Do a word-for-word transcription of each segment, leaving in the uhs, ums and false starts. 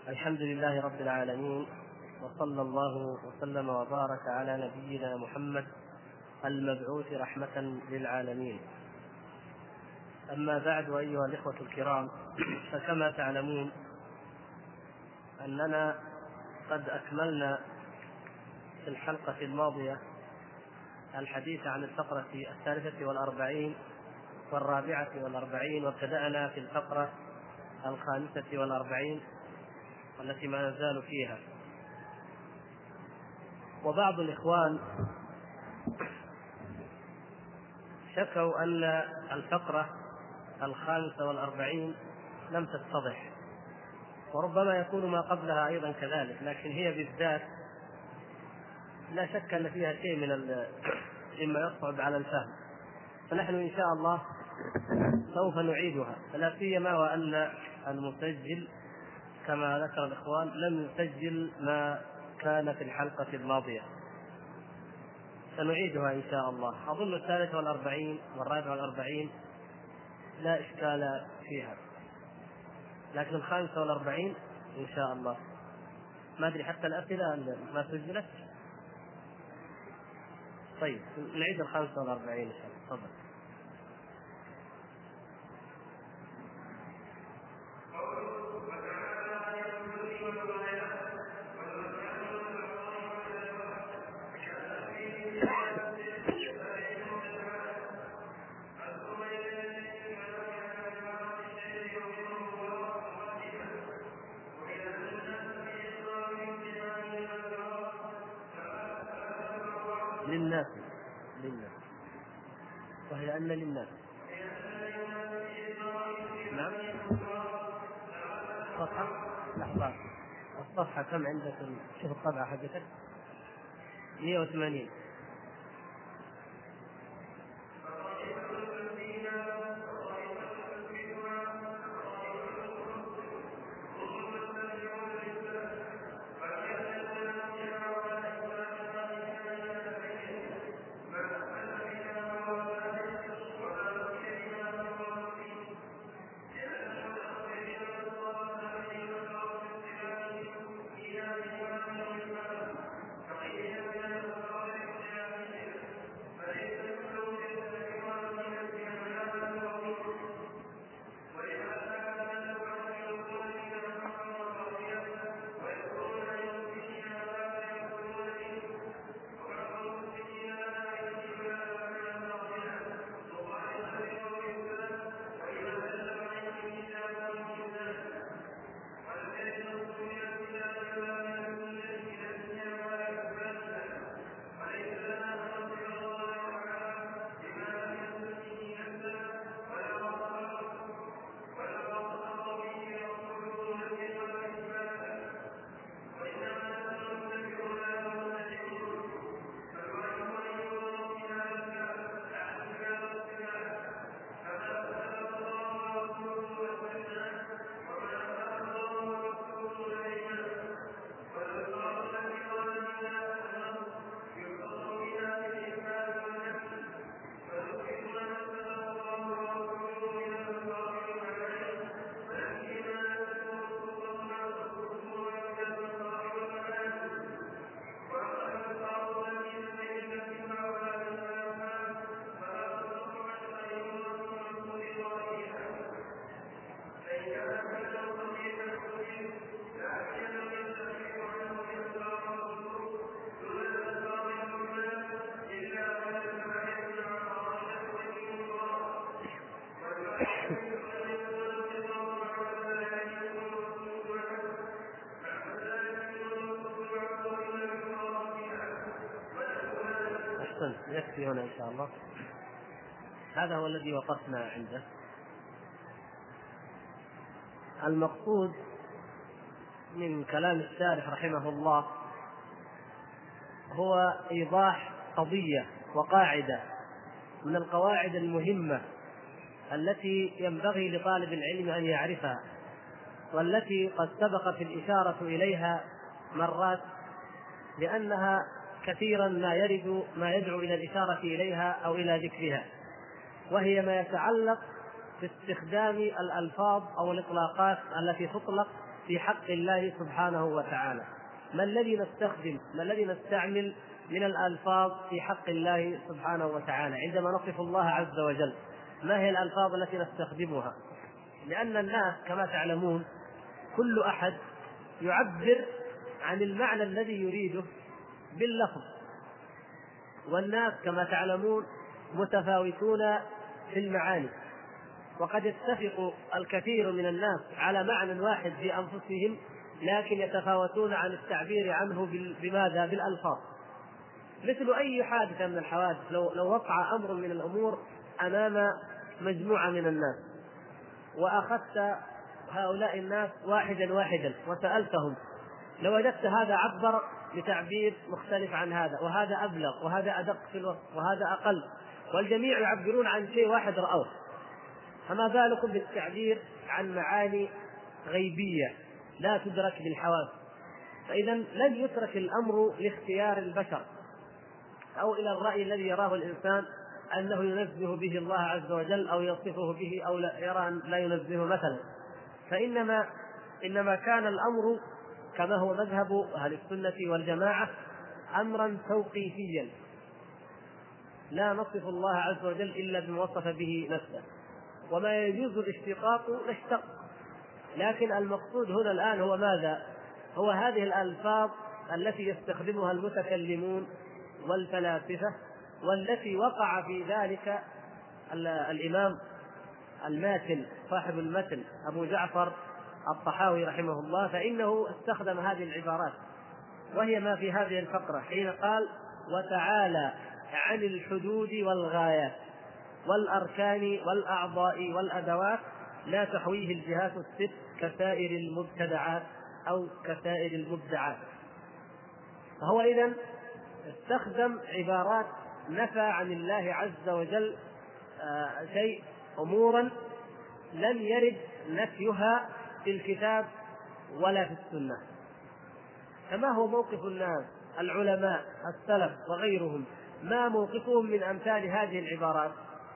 الحمد لله رب العالمين، وصلى الله وسلم وبارك على نبينا محمد المبعوث رحمة للعالمين. أما بعد، أيها الإخوة الكرام، فكما تعلمون أننا قد أكملنا في الحلقة الماضية الحديث عن الفقرة الثالثة والأربعين والرابعة والأربعين، وابتدأنا في الفقرة الخامسة والأربعين التي ما نزال فيها. وبعض الإخوان شكوا أن الفقرة الخامسة والأربعين لم تتضح، وربما يكون ما قبلها أيضا كذلك، لكن هي بالذات لا شك أن فيها شيء من مما يصعب على الفهم، فنحن إن شاء الله سوف نعيدها، لا سيما وأن المسجل كما ذكر الإخوان لم يسجل ما كان في الحلقة الماضية. سنعيدها إن شاء الله. أظن الثالثة والأربعين والرابعة والأربعين لا إشكال فيها، لكن الخامسة والأربعين إن شاء الله ما أدري حتى الأسئلة ما سجلت. طيب نعيد الخامسة والأربعين إن شاء الله. تفضل. للناس للناس وهي أن للناس. نعم. الصفحة لحظات الصفحة كم عندك؟ شوف الطبعة حقتك مئة وثمانين. يكفي هنا إن شاء الله. هذا هو الذي وقفنا عنده. المقصود من كلام الشارح رحمه الله هو إيضاح قضية وقاعدة من القواعد المهمة التي ينبغي لطالب العلم أن يعرفها، والتي قد سبقت الإشارة إليها مرات، لأنها كثيرا ما يرد ما يدعو إلى الإشارة إليها أو إلى ذكرها، وهي ما يتعلق باستخدام الألفاظ أو الإطلاقات التي تطلق في حق الله سبحانه وتعالى. ما الذي نستخدم ما الذي نستعمل من الألفاظ في حق الله سبحانه وتعالى عندما نصف الله عز وجل؟ ما هي الألفاظ التي نستخدمها؟ لأن الناس كما تعلمون كل أحد يعبر عن المعنى الذي يريده باللفظ، والناس كما تعلمون متفاوتون في المعاني، وقد يتفق الكثير من الناس على معنى واحد في أنفسهم، لكن يتفاوتون عن التعبير عنه بماذا؟ بالألفاظ. مثل أي حادثة من الحوادث، لو لو وقع أمر من الأمور أمام مجموعة من الناس وأخذت هؤلاء الناس واحدا واحدا وسألتهم، لوجدت هذا عبر بتعبير مختلف عن هذا، وهذا أبلغ، وهذا أدق في الوصف، وهذا أقل، والجميع يعبرون عن شيء واحد رأوه. فما بالكم بالتعبير عن معاني غيبية لا تدرك بالحواس؟ فإذا لن يترك الأمر لاختيار البشر أو إلى الرأي الذي يراه الإنسان أنه ينزه به الله عز وجل أو يصفه به أو لا يرى أن لا ينزهه مثلا، فإنما إنما كان الأمر كما هو مذهب أهل السنة والجماعة أمرا توقيفيا، لا نصف الله عز وجل إلا بما وصف به نفسه، وما يجوز الاشتقاق نشتق. لكن المقصود هنا الآن هو ماذا؟ هو هذه الألفاظ التي يستخدمها المتكلمون والفلاسفة، والتي وقع في ذلك الإمام الماتن صاحب المتن أبو جعفر الطحاوي رحمه الله، فإنه استخدم هذه العبارات، وهي ما في هذه الفقرة حين قال: وتعالى عن الحدود والغايات والأركان والأعضاء والأدوات لا تحويه الجهات الست كسائر المبتدعات أو كسائر المبدعات. فهو إذن استخدم عبارات نفى عن الله عز وجل آه شيء أمورا لم يرد نفيها في الكتاب ولا في السنة. فما هو موقف الناس العلماء السلف وغيرهم؟ ما موقفهم من أمثال هذه العبارات؟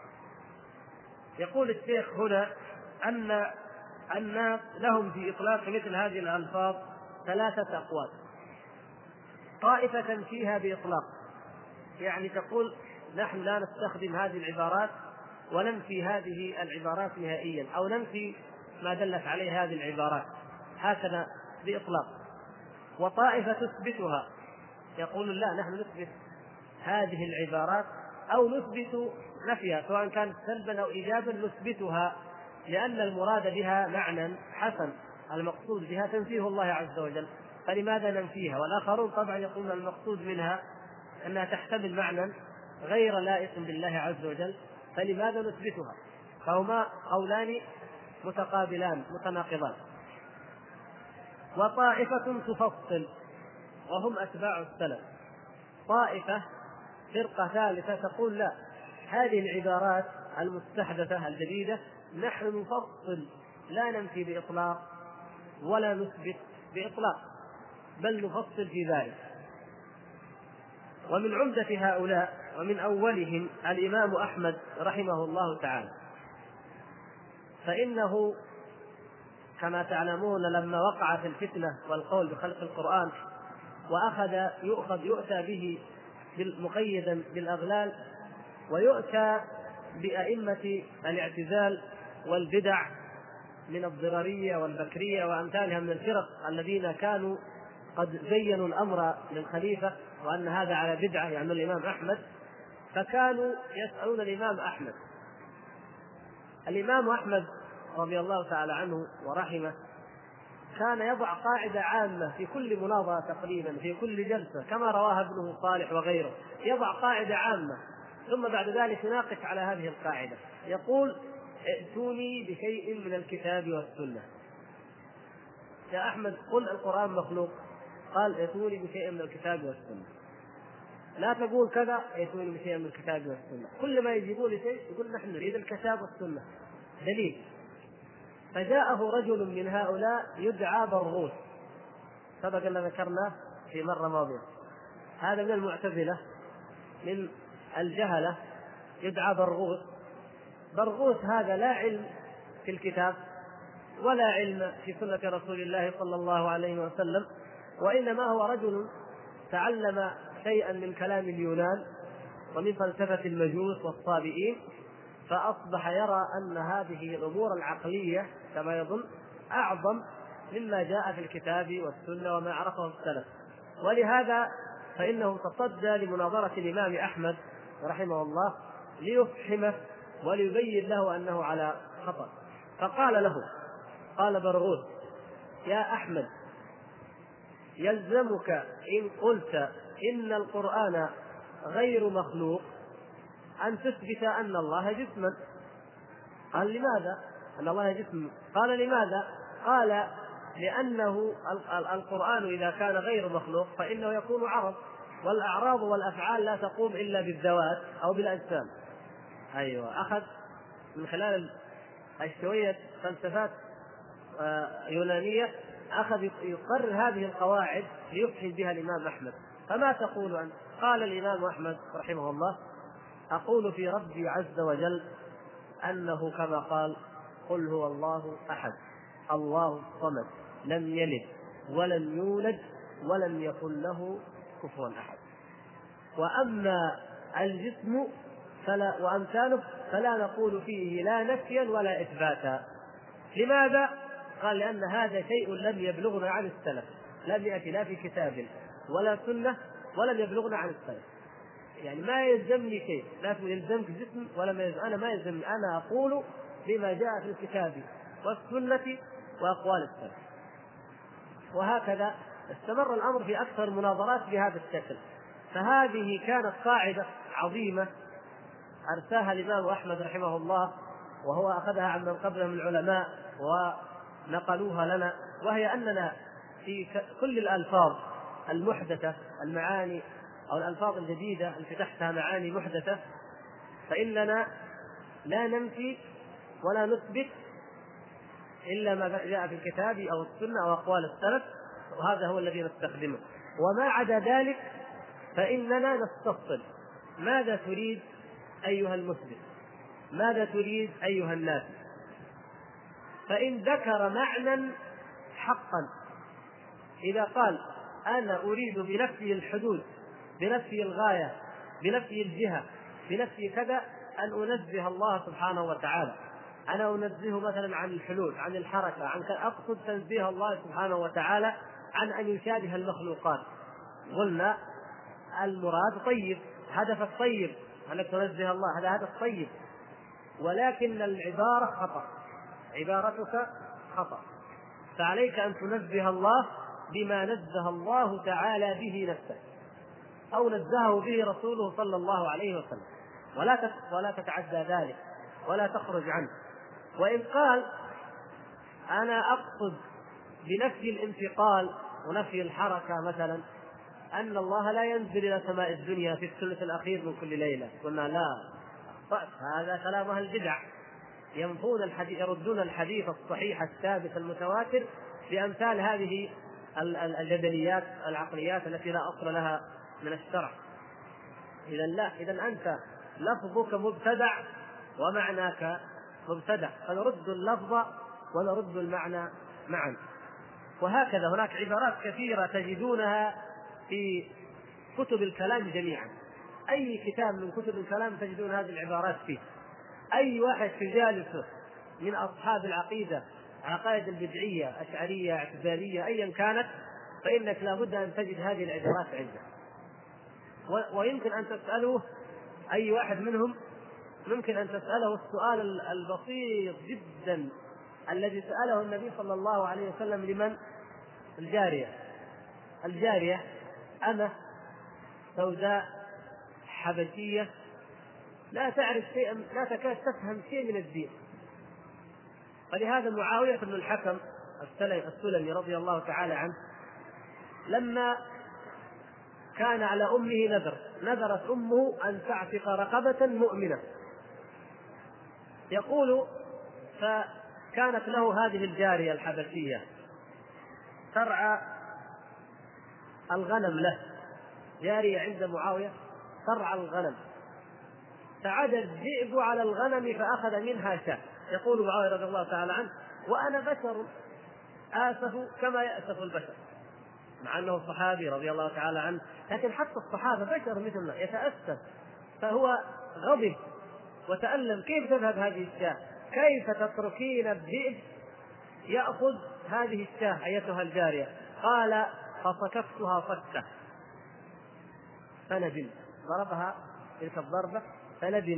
يقول الشيخ هنا أن الناس لهم في إطلاق مثل هذه الألفاظ ثلاثة أقوال. طائفة فيها بإطلاق، يعني تقول نحن لا نستخدم هذه العبارات وننفي هذه العبارات نهائيا، أو ننفي ما دلت عليه هذه العبارات هكذا بإطلاق. وطائفة تثبتها، يقول لا نحن نثبت هذه العبارات أو نثبت نفيها، سواء كانت سلبا أو إيجابا نثبتها، لأن المراد بها معنى حسن، المقصود بها تنزيه الله عز وجل، فلماذا ننفيها؟ والآخرون طبعا يقولون المقصود منها أنها تحتمل معنى غير لائق بالله عز وجل، فلماذا نثبتها؟ فهما قولان متقابلان متناقضان. وطائفة تفصل وهم أتباع السلف. طائفة فرقة ثالثة تقول لا، هذه العبارات المستحدثة الجديدة نحن نفصل، لا ننفي بإطلاق ولا نثبت بإطلاق، بل نفصل في ذلك. ومن عمدة هؤلاء ومن أولهم الإمام أحمد رحمه الله تعالى، فإنه كما تعلمون لما وقع في الفتنة والقول بخلق القرآن وأخذ يؤخذ يؤتى به مقيدا بالأغلال، ويؤتى بأئمة الاعتزال والبدع من الضررية والبكرية وأمثالها من الفرق الذين كانوا قد زينوا الأمر للخليفة وأن هذا على بدعة، يعني الإمام أحمد، فكانوا يسألون الإمام أحمد. الإمام أحمد رضي الله تعالى عنه ورحمه كان يضع قاعدة عامة في كل مناظرة تقريبا، في كل جلسة، كما رواها ابنه صالح وغيره، يضع قاعدة عامة ثم بعد ذلك يناقش على هذه القاعدة، يقول: ائتوني بشيء من الكتاب والسنة. يا أحمد قل القرآن مخلوق، قال: ائتوني بشيء من الكتاب والسنة. لا تقول كذا، ائتوني بشيء من الكتاب والسنة. كل ما يجيبون شيء يقول نحن نريد الكتاب والسنة، دليل. فجاءه رجل من هؤلاء يدعى برغوث، سبق أن ذكرناه في مرة ماضية، هذا من المعتزلة من الجهلة، يدعى برغوث. برغوث هذا لا علم في الكتاب ولا علم في سنة رسول الله صلى الله عليه وسلم، وإنما هو رجل تعلم شيئا من كلام اليونان ومن فلسفة المجوس والصابئين، فأصبح يرى أن هذه الأمور العقلية كما يظن أعظم مما جاء في الكتاب والسنة وما عرفه السلف، ولهذا فإنه تصدى لمناظرة الإمام أحمد رحمه الله ليفحمه وليبين له أنه على خطأ. فقال له، قال برغوث: يا أحمد، يلزمك إن قلت إن القرآن غير مخلوق أن تثبت أن الله جسما. قال: لماذا؟ أن الله جسم. قال: لماذا؟ قال: لأنه القرآن إذا كان غير مخلوق فإنه يكون عرض، والأعراض والأفعال لا تقوم إلا بالذوات أو بالأجسام. أيوة، أخذ من خلال شوية فلسفات يونانية أخذ يقرر هذه القواعد ليفحم بها الإمام أحمد. فما تقول أنت؟ قال الإمام أحمد رحمه الله: أقول في ربي عز وجل أنه كما قال: قل هو الله أحد الله الصمد لم يلد ولم يولد ولم يكن له كفوا أحد. وأما الجسم فلا وأمثاله فلا نقول فيه لا نفيا ولا إثباتا. لماذا؟ قال: لأن هذا شيء لم يبلغنا عن السلف، لم يأتي لا في كتاب ولا سنة ولم يبلغنا عن السلف. يعني ما يلزمني شيء، لا يلزمك جسم ولا ما يلزم. أنا ما يلزمني، أنا أقول بما جاء في الكتاب والسنة وأقوال السلف. وهكذا استمر الأمر في أكثر مناظرات بهذا الشكل. فهذه كانت قاعدة عظيمة أرساها الإمام أحمد رحمه الله، وهو أخذها عن من قبله من العلماء ونقلوها لنا، وهي أننا في كل الألفاظ المحدثة، المعاني أو الألفاظ الجديدة التي تحتها معاني محدثة، فإننا لا ننفي ولا نثبت إلا ما جاء في الكتاب أو السنة أو أقوال السلف، وهذا هو الذي نستخدمه. وما عدا ذلك فإننا نستفصل: ماذا تريد أيها المسلم؟ ماذا تريد أيها الناس؟ فإن ذكر معنى حقا، إذا قال: أنا أريد بنفي الحدود، بنفي الغاية، بنفي الجهة، بنفي كذا، أن أنزه الله سبحانه وتعالى، أنا أنزهه مثلا عن الحلول، عن الحركة، عن أقصد تنزيه الله سبحانه وتعالى عن أن يشابه المخلوقات. قلنا المراد طيب، هدفك طيب، أنك تنزه الله، هذا هدف طيب، ولكن العبارة خطأ، عبارتك خطأ. فعليك أن تنزه الله بما نزه الله تعالى به نفسه أو نزهه به رسوله صلى الله عليه وسلم، ولا ولا تتعدى ذلك ولا تخرج عنه. وإن قال: أنا أقصد بنفي الانتقال ونفي الحركة مثلا أن الله لا ينزل إلى سماء الدنيا في الثلث الأخير من كل ليلة، قلنا: لا، أخطأت، هذا كلام أهل البدع، ينفون الحديث، يردون الحديث الصحيح الثابت المتواتر بأمثال هذه الجدليات العقليات التي لا أصل لها من الشرع. إذا لا، إذا أنت لفظك مبتدع ومعناك مبتدع، فنرد اللفظ ونرد المعنى معا. وهكذا هناك عبارات كثيرة تجدونها في كتب الكلام جميعا، أي كتاب من كتب الكلام تجدون هذه العبارات فيه. أي واحد في جالسه من أصحاب العقيدة، عقائد البدعية، أشعرية، اعتزالية، أيا كانت، فإنك لابد أن تجد هذه العبارات عنده. ويمكن أن تسأله أي واحد منهم، ممكن أن تسأله السؤال البسيط جدا الذي سأله النبي صلى الله عليه وسلم لمن؟ الجارية. الجارية أنا سوداء حبشية لا تعرف شيئا، لا تكاد تفهم شيء من الدين. فلهذا معاوية بن الحكم السلمي رضي الله تعالى عنه لما كان على أمه نذر، نذرت أمه أن تعتق رقبة مؤمنة، يقول: فكانت له هذه الجارية الحبشية ترعى الغنم له، جارية عند معاوية ترعى الغنم، فعاد الذئب على الغنم فأخذ منها شاة. يقول معاوية رضي الله تعالى عنه: وأنا بشر آسف كما يأسف البشر، مع أنه صحابي رضي الله تعالى عنه، لكن حتى الصحابة بشر مثلنا يتأسف. فهو غضب وتألم، كيف تذهب هذه الشاة؟ كيف تتركين الذئب يأخذ هذه الشاة أيتها الجارية؟ قال فصكفتها صكة فندم، ضربها تلك الضربة فندم.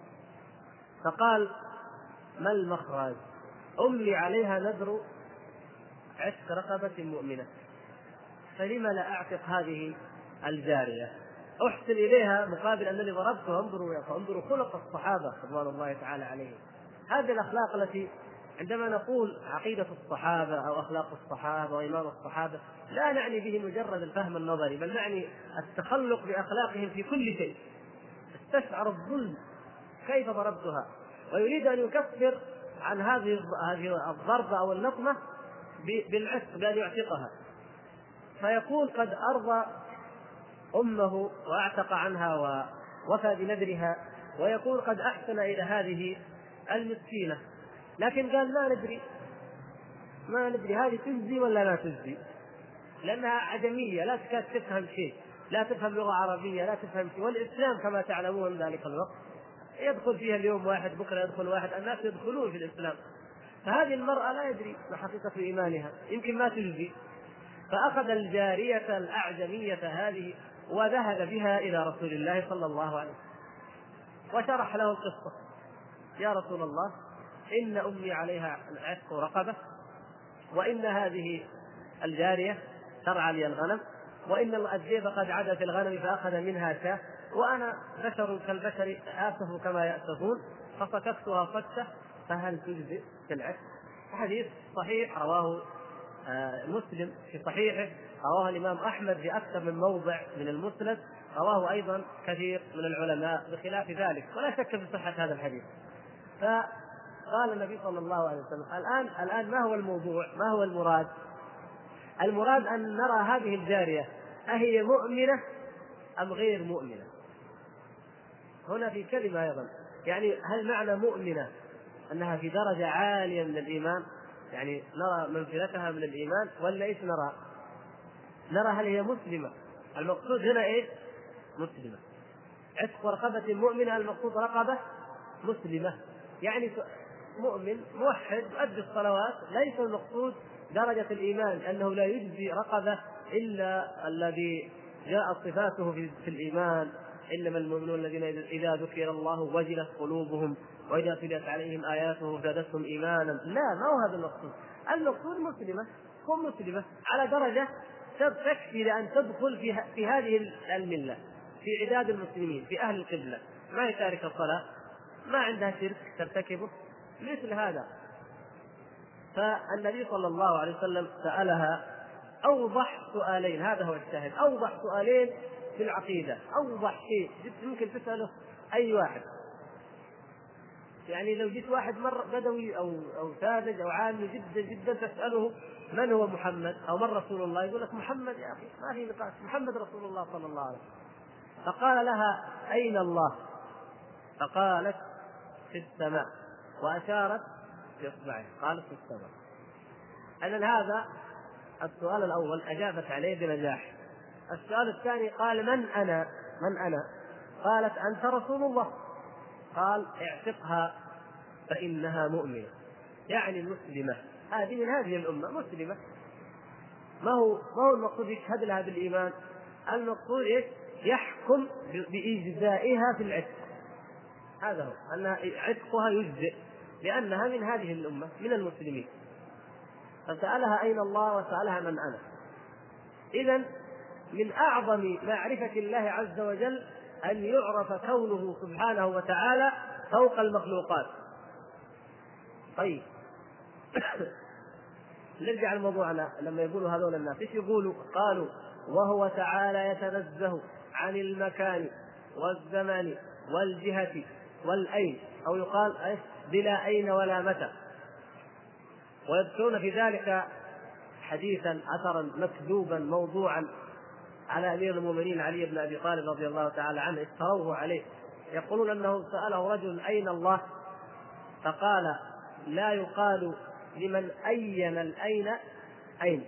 فقال ما المخرج؟ أمي عليها نذر عتق رقبة مؤمنة، فلما لا أعتق هذه الجارية أحسن إليها مقابل أنني ضربتها؟ انظروا انظروا خلق الصحابة رضوان الله تعالى عليهم. هذه الأخلاق التي عندما نقول عقيدة الصحابة أو أخلاق الصحابة وإيمان الصحابة لا نعني به مجرد الفهم النظري، بل نعني التخلق بأخلاقهم في كل شيء. استشعر الظلم كيف ضربتها، ويريد أن يكفر عن هذه هذه الضربة أو اللطمة بالعتق بأن يعتقها، فيقول قد أرضى أمه وأعتق عنها ووفى بنذرها، ويقول قد أحسن إلى هذه المسكينة. لكن قال ما ندري ما ندري هذه تجزي ولا لا تجزي، لأنها عجمية لا تكاد تفهم شيء، لا تفهم لغة عربية، لا تفهم شيء. والإسلام كما تعلمون ذلك الوقت يدخل فيها اليوم واحد، بكرة يدخل واحد، الناس يدخلون في الإسلام. فهذه المرأة لا يدري ما حقيقة إيمانها، يمكن ما تجزي. فأخذ الجارية الأعجمية هذه وذهب بها إلى رسول الله صلى الله عليه وسلم وشرح له القصة. يا رسول الله، إن أمي عليها عتق رقبة، وإن هذه الجارية ترعى لي الغنم، وإن الذئب قد عدا في الغنم فأخذ منها شاة، وأنا بشر كالبشر آسف كما يأسفون، فصكفتها صكة، فهل تجزئ في العتق؟ حديث صحيح رواه مسلم في صحيحه، رواه الإمام أحمد في أكثر من موضع من المسند، رواه أيضا كثير من العلماء بخلاف ذلك، ولا شك في صحة هذا الحديث. فقال النبي صلى الله عليه وسلم الآن الآن ما هو الموضوع؟ ما هو المراد؟ المراد أن نرى هذه الجارية أهي مؤمنة أم غير مؤمنة. هنا في كلمة أيضا، يعني هل معنى مؤمنة أنها في درجة عالية من الإيمان، يعني نرى منزلتها من الإيمان، ولا إيش نرى؟ نرى هل هي مسلمة. المقصود هنا إيه؟ مسلمة. عتق رقبة مؤمنة، المقصود رقبة مسلمة، يعني مؤمن موحد يؤدي الصلوات، ليس المقصود درجة الإيمان، أنه لا يجزي رقبة إلا الذي جاءت صفاته في الإيمان، إنما المؤمنون الذين إذا ذكر الله وجلت قلوبهم وإذا تليت عليهم آياته زادتهم إيمانا. لا، ما هو هذا المقصود. المقصود مسلمة، كن مسلمة على درجة تكفي لأن تدخل في, في هذه الملة، في عداد المسلمين، في أهل القبلة، ما هي تارك الصلاة، ما عندها شرك ترتكبه، مثل هذا. فالنبي صلى الله عليه وسلم سألها أوضح سؤالين، هذا هو الشاهد، أوضح سؤالين في العقيدة، أوضح شيء يمكن تسأله أي واحد. يعني لو جيت واحد مر بدوي أو أو ساذج أو عامي جدا جدا تسأله من هو محمد أو من رسول الله، يقول لك محمد يا أخي، ما في نقاش، محمد رسول الله صلى الله عليه وسلم. فقال لها أين الله؟ فقالت في السماء، وأشارت بإصبعها قالت في السماء. إذن هذا السؤال الأول أجابت عليه بنجاح. السؤال الثاني قال من أنا؟ من أنا؟ قالت أنت رسول الله. قال اعتقها فإنها مؤمنة، يعني مسلمة، هذه من هذه الأمة مسلمة. ما هو ما هو المقصود يشهد لها بالإيمان؟ المقصود إيش؟ يحكم بإجزائها في العتق، هذا هو، أن عتقها يجزئ لأنها من هذه الأمة من المسلمين. فسألها أين الله وسألها من أنا. إذن من أعظم معرفة الله عز وجل أن يعرف كونه سبحانه وتعالى فوق المخلوقات. طيب نرجع لموضوعنا. لما يقولوا هذول الناس ايش يقولوا؟ قالوا وهو تعالى يتنزه عن المكان والزمان والجهة والأين، أو يقال ايش بلا أين ولا متى. ويذكرون في ذلك حديثا أثرا مكذوبا موضوعا على أمير المؤمنين علي بن أبي طالب رضي الله تعالى عنه، افتروه عليه. يقولون أنه سأله رجل أين الله؟ فقال لا يقال لمن أين الأين أين،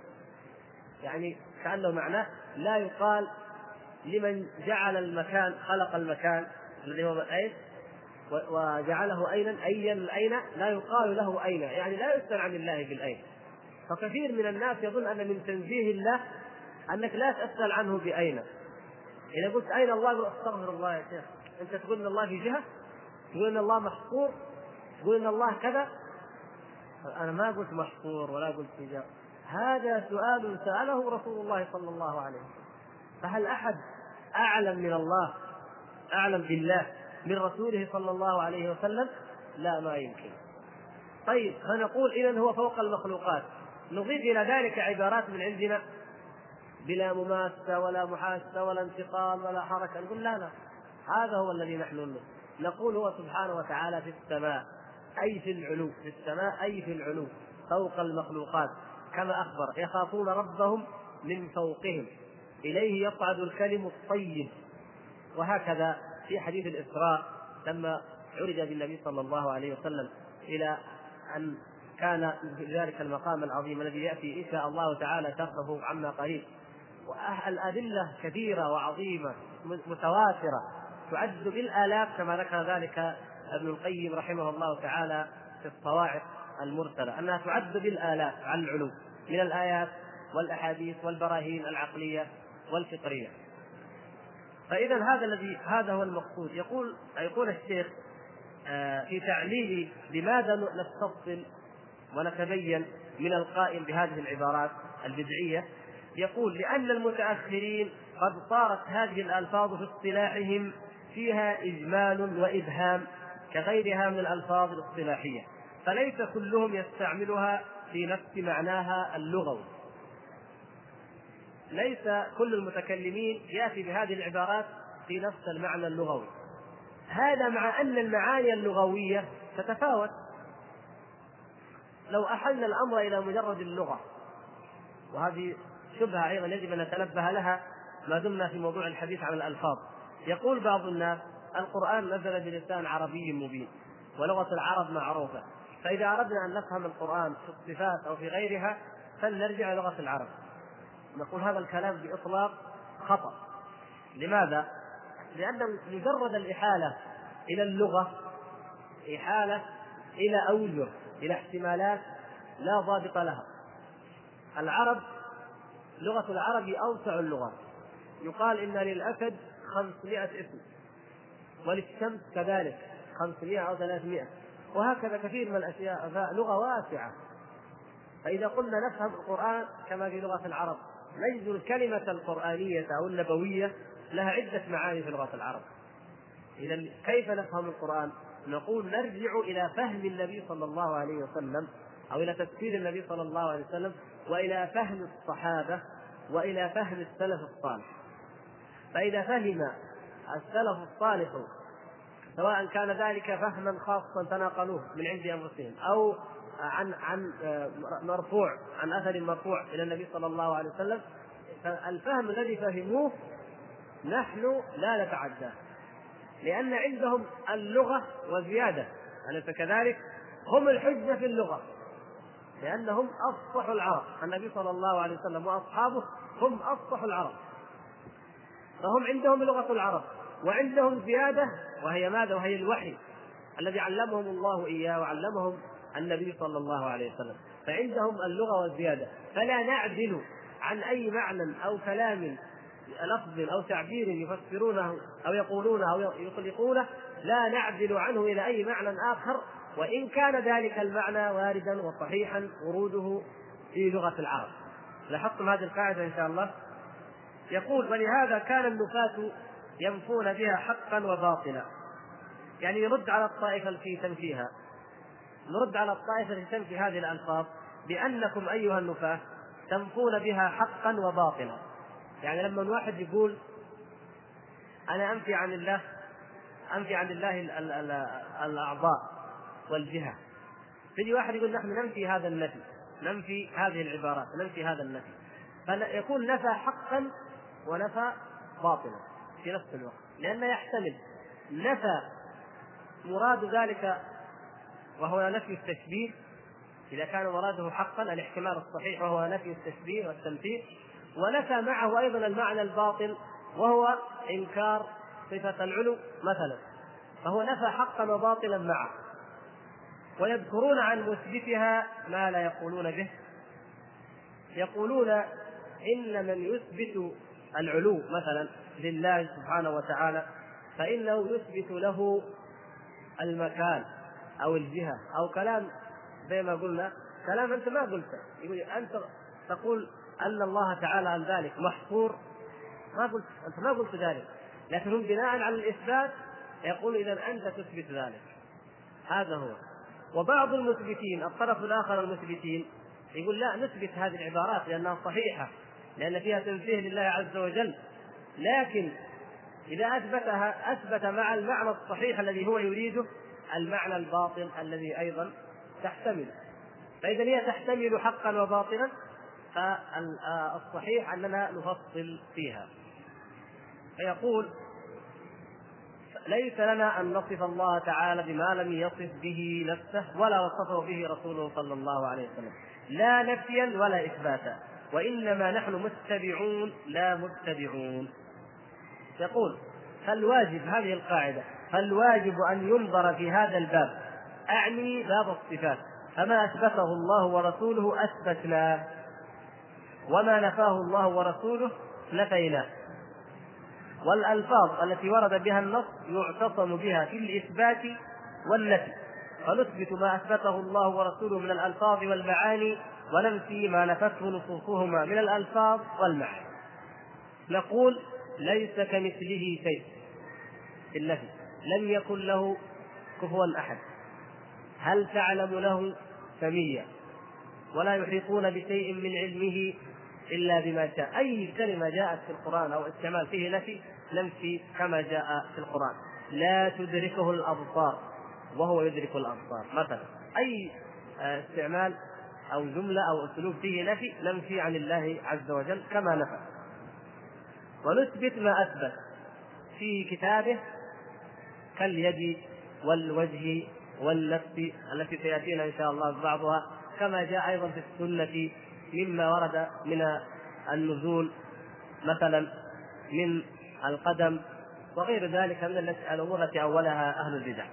يعني كأنه معناه لا يقال لمن جعل المكان، خلق المكان الذي هو أين وجعله أينا، أين الأين، لا يقال له أين، يعني لا يسأل عن الله بالأين. فكثير من الناس يظن أن من تنزيه الله أنك لا تسأل عنه بأين. إذا قلت أين الله يقول أستغفر الله يا شيخ، أنت تقول إن الله في جهة، تقول إن الله محصور، تقول إن الله كذا. أنا ما قلت محصور ولا قلت في جهة، هذا سؤال سأله رسول الله صلى الله عليه وسلم. فهل أحد أعلم من الله، أعلم بالله من رسوله صلى الله عليه وسلم؟ لا، ما يمكن. طيب فنقول إذن هو فوق المخلوقات، نضيف إلى ذلك عبارات من عندنا بلا مماسة ولا محاسة ولا انتقال ولا حركة، نقول لا لا، هذا هو الذي نحن نقول. نقول هو سبحانه وتعالى في السماء، أي في العلو، في السماء أي في العلو فوق المخلوقات، كما أخبر يخافون ربهم من فوقهم، إليه يصعد الكلم الطيب. وهكذا في حديث الإسراء لما عرج بالنبي صلى الله عليه وسلم إلى أن كان في ذلك المقام العظيم الذي يأتي إن شاء الله تعالى شرحه عما قريب، والأدلة كثيرة وعظيمة متواترة تعد بالآلاف، كما ذكر ذلك ابن القيم رحمه الله تعالى في الصواعق المرسلة، أنها تعد بالآلاف على العلو من الآيات والأحاديث والبراهين العقلية والفطرية. فإذا هذا الذي هذا هو المقصود. يقول يقول الشيخ في تعليل لماذا نستفصل ونتبين من القائل بهذه العبارات البدعية، يقول لأن المتأخرين قد صارت هذه الألفاظ في اصطلاحهم فيها إجمال وإبهام كغيرها من الألفاظ الاصطلاحية، فليس كلهم يستعملها في نفس معناها اللغوي. ليس كل المتكلمين يأتي بهذه العبارات في نفس المعنى اللغوي، هذا مع أن المعاني اللغوية تتفاوت. لو أحلنا الأمر إلى مجرد اللغة، وهذه شبهة أيضا يجب أن نتنبه لها ما دمنا في موضوع الحديث عن الألفاظ. يقول بعض الناس القرآن نزل بلسان عربي مبين ولغة العرب معروفة، فإذا أردنا أن نفهم القرآن في الصفات أو في غيرها فلنرجع لغة العرب. نقول هذا الكلام بإطلاق خطأ. لماذا؟ لأن مجرد الإحالة إلى اللغة إحالة إلى أوجه، إلى احتمالات لا ضابط لها. العرب لغة العرب أوسع اللغات، يقال إن للأسد خمسمائة اسم، وللشمس كذلك خمسمائة أو ثلاثمائة، وهكذا كثير من الأشياء، فلغة واسعة. فإذا قلنا نفهم القرآن كما في لغة العرب نجد الكلمة القرآنية أو النبوية لها عدة معاني في لغة العرب. إذا كيف نفهم القرآن؟ نقول نرجع إلى فهم النبي صلى الله عليه وسلم، أو إلى تفسير النبي صلى الله عليه وسلم، وإلى فهم الصحابة، وإلى فهم السلف الصالح. فإذا فهم السلف الصالح سواء كان ذلك فهما خاصا تناقلوه من عند أنفسهم أو عن عن مرفوع، عن أثر مرفوع إلى النبي صلى الله عليه وسلم، فالفهم الذي فهموه نحن لا نتعداه، لأن عندهم اللغة وزيادة، أليس كذلك؟ هم الحجة في اللغة لأنهم أفصح العرب، النبي صلى الله عليه وسلم وأصحابه هم أفصح العرب، فهم عندهم لغة العرب وعندهم زيادة، وهي ماذا؟ وهي الوحي الذي علمهم الله إياه وعلمهم النبي صلى الله عليه وسلم، فعندهم اللغة والزيادة. فلا نعدل عن أي معنى أو كلام لفظ أو تعبير يفسرونه أو يقولونه أو يطلقونه، لا نعدل عنه إلى أي معنى آخر، وإن كان ذلك المعنى واردا وصحيحا وروده في لغة العرب. لاحظتم هذه القاعدة إن شاء الله؟ يقول ولهذا كان النفاة ينفون بها حقا وباطلا، يعني يرد على الطائفة التي تنفيها، نرد على الطائفة التي تنفي هذه الألفاظ بأنكم أيها النفاة تنفون بها حقا وباطلا. يعني لما الواحد يقول أنا أنفي عن الله أنفي عن الله الأعضاء والجهة، تجي واحد يقول نحن ننفي هذا النفي، ننفي هذه العبارات، ننفي هذا النفي، فيكون نفى حقا ونفى باطلا في نفس الوقت، لأنه يحتمل نفى مراد ذلك وهو نفي التشبيه، إذا كان مراده حقا الاحتمال الصحيح وهو نفي التشبيه والتمثيل، ونفى معه أيضا المعنى الباطل وهو إنكار صفة العلو مثلا، فهو نفى حقا وباطلا معه. ويذكرون عن مثبتها ما لا يقولون به، يقولون إن من يثبت العلو مثلا لله سبحانه وتعالى فإنه يثبت له المكان أو الجهة أو كلام زي ما قلنا، كلام أنت ما قلته، يقول أنت تقول أن الله تعالى عن ذلك محصور، ما قلت أنت ما قلت ذلك، لكن هم بناء على الإثبات يقول إذا أنت تثبت ذلك. هذا هو. وبعض المثبتين الطرف الآخر المثبتين يقول لا، نثبت هذه العبارات لأنها صحيحة، لأن فيها تنزيه لله عز وجل، لكن إذا أثبتها أثبت مع المعنى الصحيح الذي هو يريده المعنى الباطل الذي أيضا تحتمل، فإذا هي تحتمل حقا وباطلا، فالصحيح أننا نفصل فيها. فيقول ليس لنا أن نصف الله تعالى بما لم يصف به نفسه ولا وصفه به رسوله صلى الله عليه وسلم، لا نفيا ولا إثباتا، وإنما نحن متبعون لا متبعون. يقول فالواجب، هذه القاعدة، فالواجب أن ينظر في هذا الباب، أعني باب الصفات، فما أثبته الله ورسوله أثبتناه، وما نفاه الله ورسوله نفيناه. والألفاظ التي ورد بها النص يعتصم بها في الإثبات والنفي، فنثبت ما أثبته الله ورسوله من الألفاظ والمعاني، وننفي ما نفته نصوصهما من الألفاظ والمعاني. نقول ليس كمثله شيء في النفي، لم يكن له كفوا أحد، هل تعلم له سميا، ولا يحيطون بشيء من علمه إلا بما شاء. أي كلمة جاءت في القرآن أو استعمال فيه نفي ننفي كما جاء في القرآن. لا تدركه الأبصار وهو يدرك الأبصار مثلا، أي استعمال أو جملة أو أسلوب فيه نفي ننفي عن الله عز وجل كما نفى. ونثبت ما أثبت في كتابه كاليد والوجه والنفس التي سيأتينا إن شاء الله بعضها، كما جاء أيضا في السنة مما ورد من النزول مثلا من القدم وغير ذلك من الأمور التي أولها أهل البدع.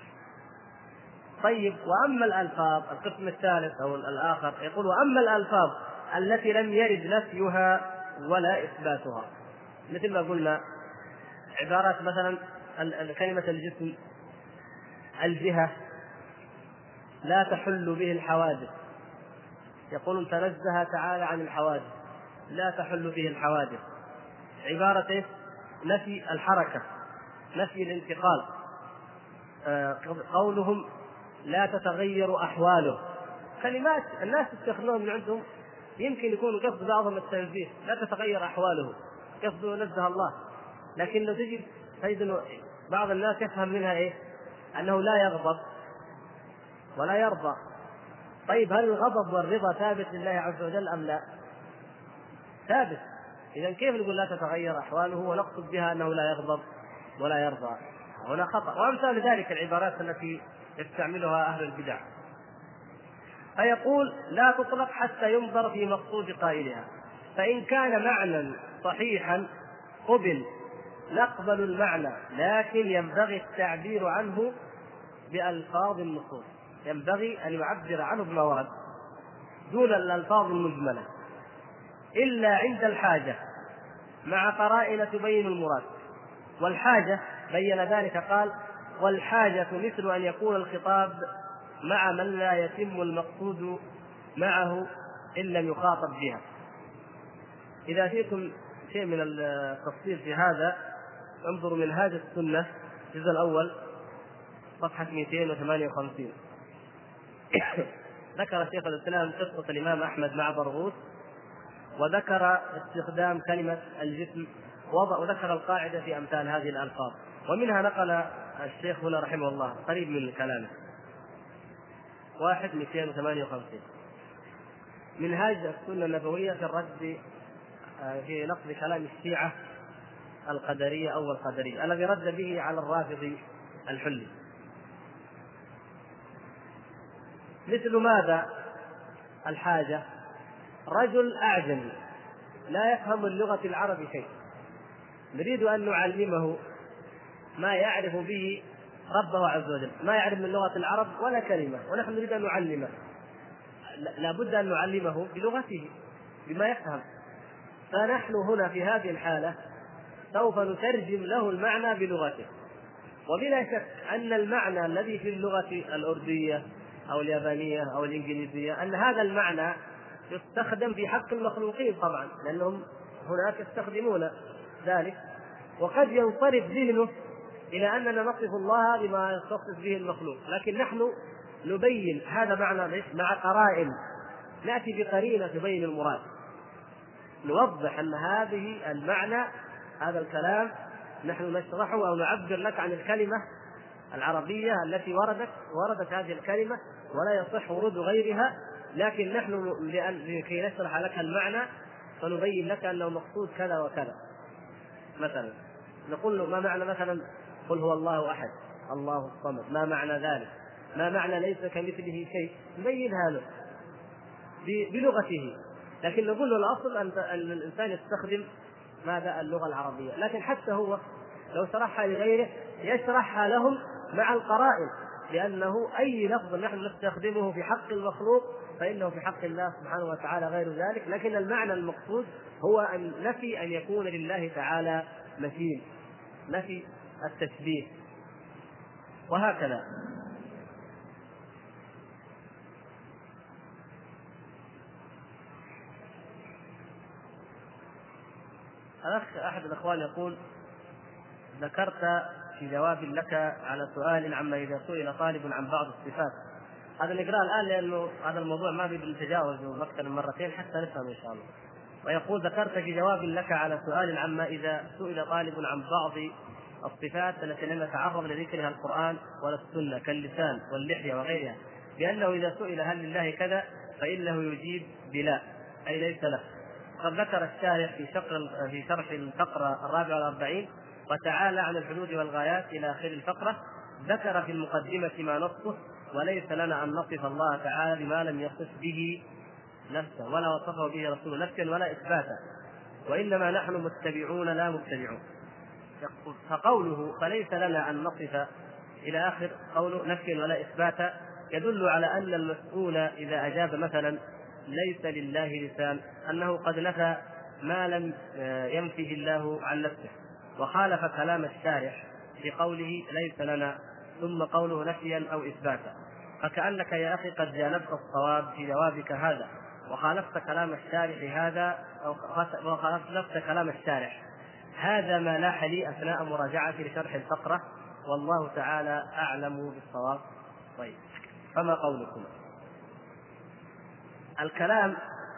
طيب، وأما الألفاظ القسم الثالث أو الآخر، يقول وأما الألفاظ التي لم يرد نفيها ولا إثباتها، مثل ما قلنا عبارات مثلا كلمة الجسم، الجهة، لا تحل به الحوادث، يقول تنزه تعالى عن الحوادث، لا تحل به الحوادث. عبارة نفي الحركة، نفي الانتقال، آه قولهم لا تتغير أحواله، كلمات الناس يستخدمون من عندهم، يمكن يكون قصد بعضهم التنزيه، لا تتغير أحواله، قصده نزه الله، لكن لو تجد تجد بعض الناس يفهم منها إيه؟ أنه لا يغضب ولا يرضى. طيب، هل الغضب والرضا ثابت لله عز وجل أم لا؟ ثابت. إذا كيف نقول لا تتغير أحواله ونقصد بها أنه لا يغضب ولا يرضى؟ هنا خطأ. وأمثال ذلك العبارات التي يستعملها أهل البدع. فيقول لا تطلق حتى ينظر في مقصود قائلها، فإن كان معنى صحيحا قبل نقبل المعنى، لكن ينبغي التعبير عنه بألفاظ النصوص، ينبغي أن يعبر عنه بما ورد دون الألفاظ المجملة، إلا عند الحاجة مع قرائن تبين المراد. والحاجة بين ذلك قال والحاجة مثل أن يكون الخطاب مع من لا يتم المقصود معه إن لم يخاطب بها. إذا فيكم شيء من التفصيل في هذا انظروا منهاج السنة الجزء الأول صفحة مئتين وثمانية وخمسين. ذكر شيخ الإسلام قصة الإمام أحمد مع برغوث، وذكر استخدام كلمة الجسم، وذكر القاعدة في أمثال هذه الألفاظ، ومنها نقل الشيخ هنا رحمه الله قريب من كلامه واحد مئتين وثمانية وخمسين. منهاج السنة النبوية في الرد في نقد كلام الشيعة القدرية أو القدرية الذي رد به على الرافضي الحلي. مثل ماذا؟ الحاجة رجل أعجمي لا يفهم اللغة العربية شيء، نريد أن نعلمه ما يعرف به ربه عز وجل، ما يعرف من لغة العرب ولا كلمة، ونحن نريد أن نعلمه، لا بد أن نعلمه بلغته بما يفهم. فنحن هنا في هذه الحالة سوف نترجم له المعنى بلغته، وبلا شك أن المعنى الذي في اللغة الأردية أو اليابانية أو الإنجليزية أن هذا المعنى يستخدم في حق المخلوقين طبعا، لأنهم هناك يستخدمون ذلك، وقد ينصرف ذهنه إلى أننا نصف الله بما يتصف به المخلوق، لكن نحن نبين هذا معنى مع قرائن، نأتي بقرينة تبين المراد، نوضح أن هذه المعنى هذا الكلام نحن نشرحه أو نعبر لك عن الكلمة العربية التي وردت وردت هذه الكلمة ولا يصح ورود غيرها، لكن نحن لكي نشرح لك المعنى فنبين لك أنه مقصود كذا وكذا. مثلا نقول له ما معنى مثلا قل هو الله أحد الله الصمد، ما معنى ذلك؟ ما معنى ليس كمثله شيء؟ نبينها له بلغته، لكن نقول له الأصل أن الإنسان يستخدم ماذا؟ اللغة العربية. لكن حتى هو لو شرحها لغيره يشرحها لهم مع القرائن، لأنه أي لفظ نحن نستخدمه في حق المخلوق فإنه في حق الله سبحانه وتعالى غير ذلك، لكن المعنى المقصود هو أن نفي أن يكون لله تعالى مثيل، نفي التشبيه، وهكذا. الأخ أحد الأخوان يقول: ذكرت في جواب لك على سؤال عما إذا سئل طالب عن بعض الصفات. هذا نقرأ الآن لأنه هذا الموضوع ما بنتجاوزه أكثر من مرتين حتى نفهم إن شاء الله. ويقول: ذكرت في جواب لك على سؤال عما إذا سئل طالب عن بعض الصفات التي لم يتعرض لذكرها القرآن ولا السنة كاللسان واللحية وغيرها، بأنه إذا سئل هل لله كذا فإنه يجيب بلا، أي ليس له. قد ذكر الشارح في شرح في شرح الفقرة الرابعة والأربعين: وتعالى عن الحدود والغايات إلى آخر الفقرة، ذكر في المقدمة ما نصه: وليس لنا أن نصف الله تعالى بما لم يصف به نفسه ولا وصفه به رسوله نفسا ولا إثباتا، وإنما نحن متبعون لا مبتدعون. فقوله فليس لنا أن نصف إلى آخر قوله نفسا ولا إثباتا يدل على أن المسؤول إذا أجاب مثلا ليس لله لسان أنه قد نفى ما لم ينفه الله عن نفسه، وخالف كلام الشارح في قوله ليس لنا ثم قوله نفيا أو إثباتا، فكأنك يا أخي قد جانبت الصواب في جوابك هذا وخالفت كلام الشارح هذا أو وخالفت كلام الشارح. هذا ما لاح لي أثناء مراجعتي لشرح الفقرة، والله تعالى أعلم بالصواب. طيب، فما قولكم؟ الكلام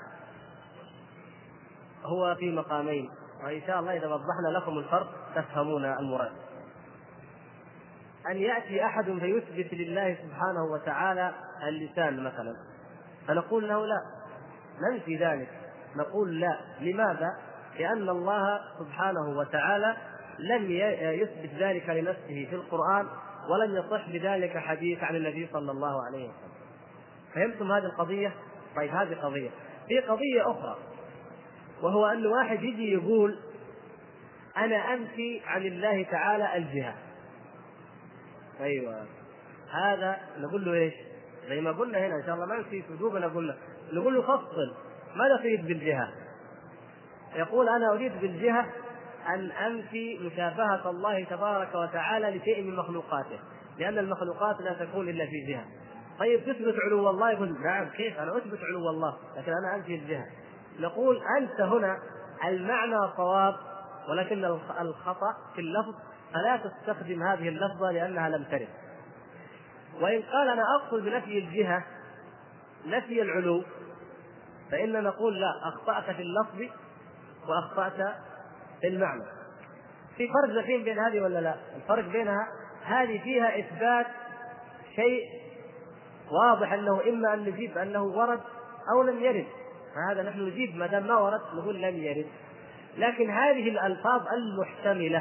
هو في مقامين، وإن شاء الله إذا وضحنا لكم الفرق تفهمون المراد. أن يأتي أحد فيثبت لله سبحانه وتعالى اللسان مثلا، فنقول له لا، ننفي ذلك، نقول لا. لماذا؟ لأن الله سبحانه وتعالى لم يثبت ذلك لنفسه في القرآن، ولم يصح بذلك حديث عن النبي صلى الله عليه وسلم. فهمتم هذه القضية؟ طيب، هذه قضية. في قضية أخرى، وهو أن واحد يجي يقول أنا أنفي عن الله تعالى الجهة. أيوة، هذا نقول له إيش؟ زي ما قلنا هنا إن شاء الله ما نسي سجوبنا، قلنا نقول له فصل، ماذا تريد بالجهة؟ يقول أنا أريد بالجهة أن أنفي مشابهة الله تبارك وتعالى لشيء من مخلوقاته، لأن المخلوقات لا تكون إلا في جهة. طيب تثبت علو الله؟ يقول نعم، كيف أنا أثبت علو الله لكن أنا أنفي الجهة؟ نقول أنت هنا المعنى صواب، ولكن الخطأ في اللفظ، فلا تستخدم هذه اللفظة لأنها لم ترد. وإن قال أنا أقصد بنفي الجهة نفي العلو، فإننا نقول لا، أخطأت في اللفظ وأخطأت في المعنى. في فرق دحين بين هذه ولا لا؟ الفرق بينها هذه فيها إثبات شيء واضح أنه إما أن نجيب أنه ورد أو لم يرد، فهذا نحن نجيب ما دام ما ورد نقول لم يرد. لكن هذه الألفاظ المحتملة،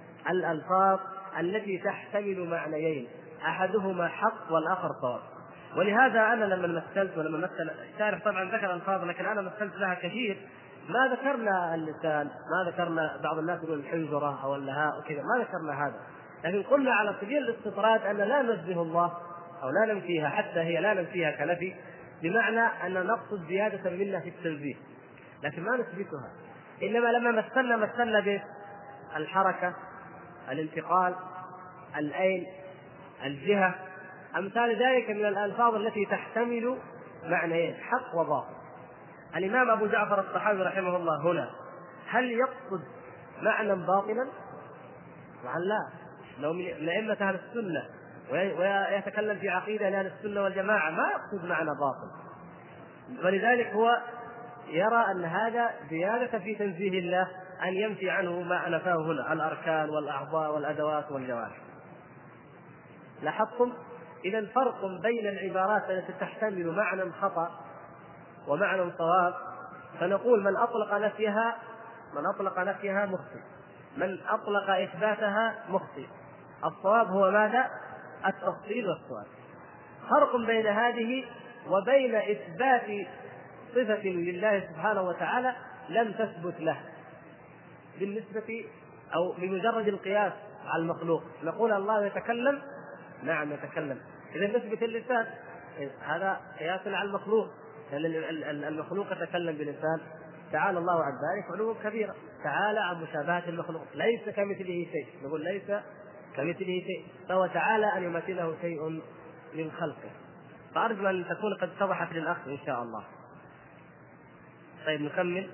الألفاظ التي تحتمل معنيين أحدهما حق والآخر صواب، ولهذا أنا لما مثلت ولما مثل الشارح طبعا ذكر ألفاظ لكن أنا مثلت لها كثير، ماذكرنا اللسان، ما ذكرنا بعض الناس يقول الحنجرة أو اللهاء وكذا، ما ذكرنا هذا، لكن قلنا على سبيل الاستطراد أن لا ننزه الله أو لا ننفيها، حتى هي لا ننفيها كنفي، بمعنى أن نقصد زيادة منا في التنزيه لكن ما نثبتها. إنما لما مثلنا مثلنا بالحركة، الانتقال، الأين، الجهة، أمثال ذلك من الألفاظ التي تحتمل معنيين حق وباطل. الإمام أبو جعفر الطحاوي رحمه الله هنا هل يقصد معنى باطلا؟ طبعا لا، لو من أئمة أهل السنة ويتكلم في عقيدة أهل السنة والجماعة ما يقصد معنى باطل، ولذلك هو يرى أن هذا زيادة في تنزيه الله أن ينفي عنه ما نفاه هنا الأركان والأعضاء والأدوات والجوارح. لاحظتم؟ إذا فرق بين العبارات التي تحتمل معنى خطأ ومعنى صواب، فنقول من أطلق نفيها من أطلق نفيها مخطئ، من أطلق إثباتها مخطئ. الصواب هو ماذا؟ التفصيل والسؤال. فرق بين هذه وبين إثبات صفة لله سبحانه وتعالى لم تثبت له بالنسبة أو بمجرد القياس على المخلوق. نقول الله يتكلم، نعم يتكلم، إذا نثبت اللسان، هذا قياس على المخلوق، المخلوق يتكلم بلسان، تعالى الله عن ذلك علوا كبيرا، تعالى عن مشابهة المخلوق، ليس كمثله شيء، نقول ليس كمثله شيء، فهو تعالى أن يمثله شيء من خلقه. فأرجو أن تكون قد اتضحت للأخ إن شاء الله. طيب نكمل.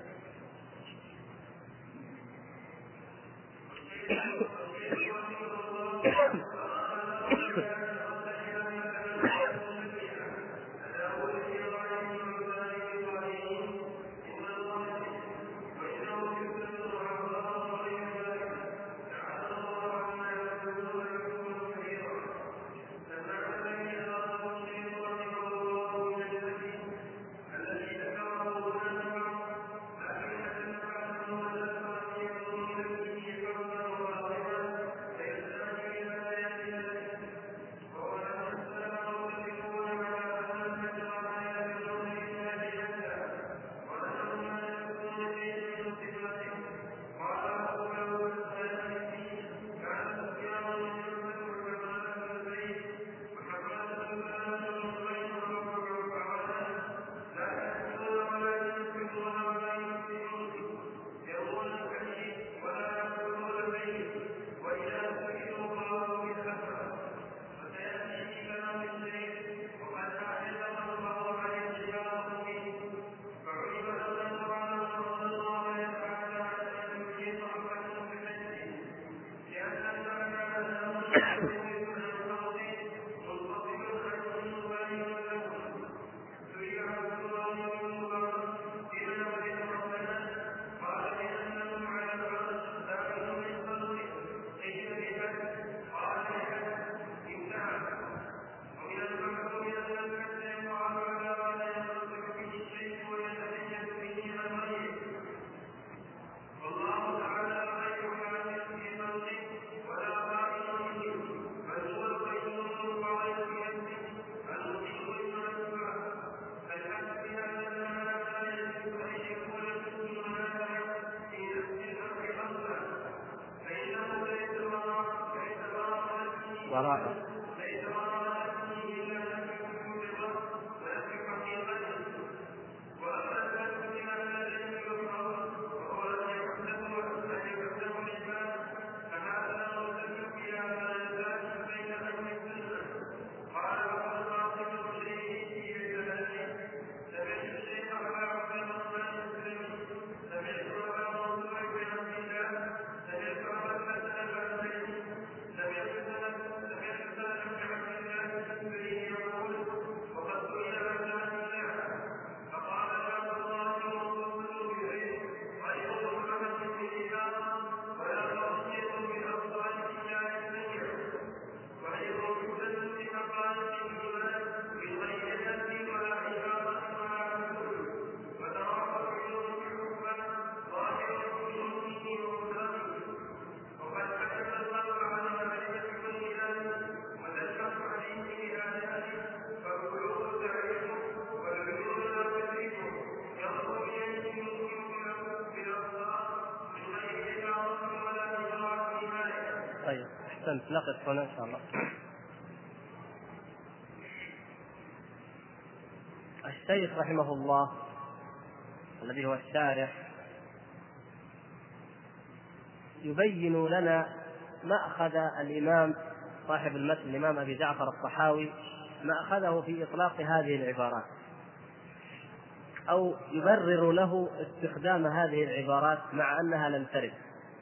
وراء طيب احسنت، نقف هنا ان شاء الله. الشيخ رحمه الله الذي هو الشارح يبين لنا مأخذ الإمام صاحب المتن الإمام أبي جعفر الطحاوي، مأخذه في إطلاق هذه العبارات، أو يبرر له استخدام هذه العبارات مع أنها لم ترد.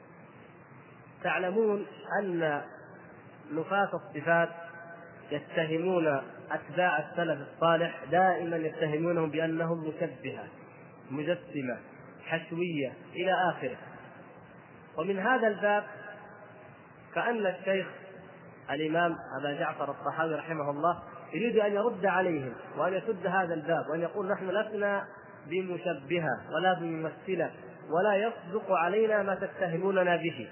تعلمون أن نفاة الصفات يتهمون أتباع السلف الصالح دائما، يتهمونهم بأنهم مشبهة مجسمة حشوية إلى آخره. ومن هذا الباب كأن الشيخ الإمام أبا جعفر الطحاوي رحمه الله يريد أن يرد عليهم وأن يسد هذا الباب وأن يقول نحن لسنا بمشبهة ولا بممثلة ولا يصدق علينا ما تتهموننا به.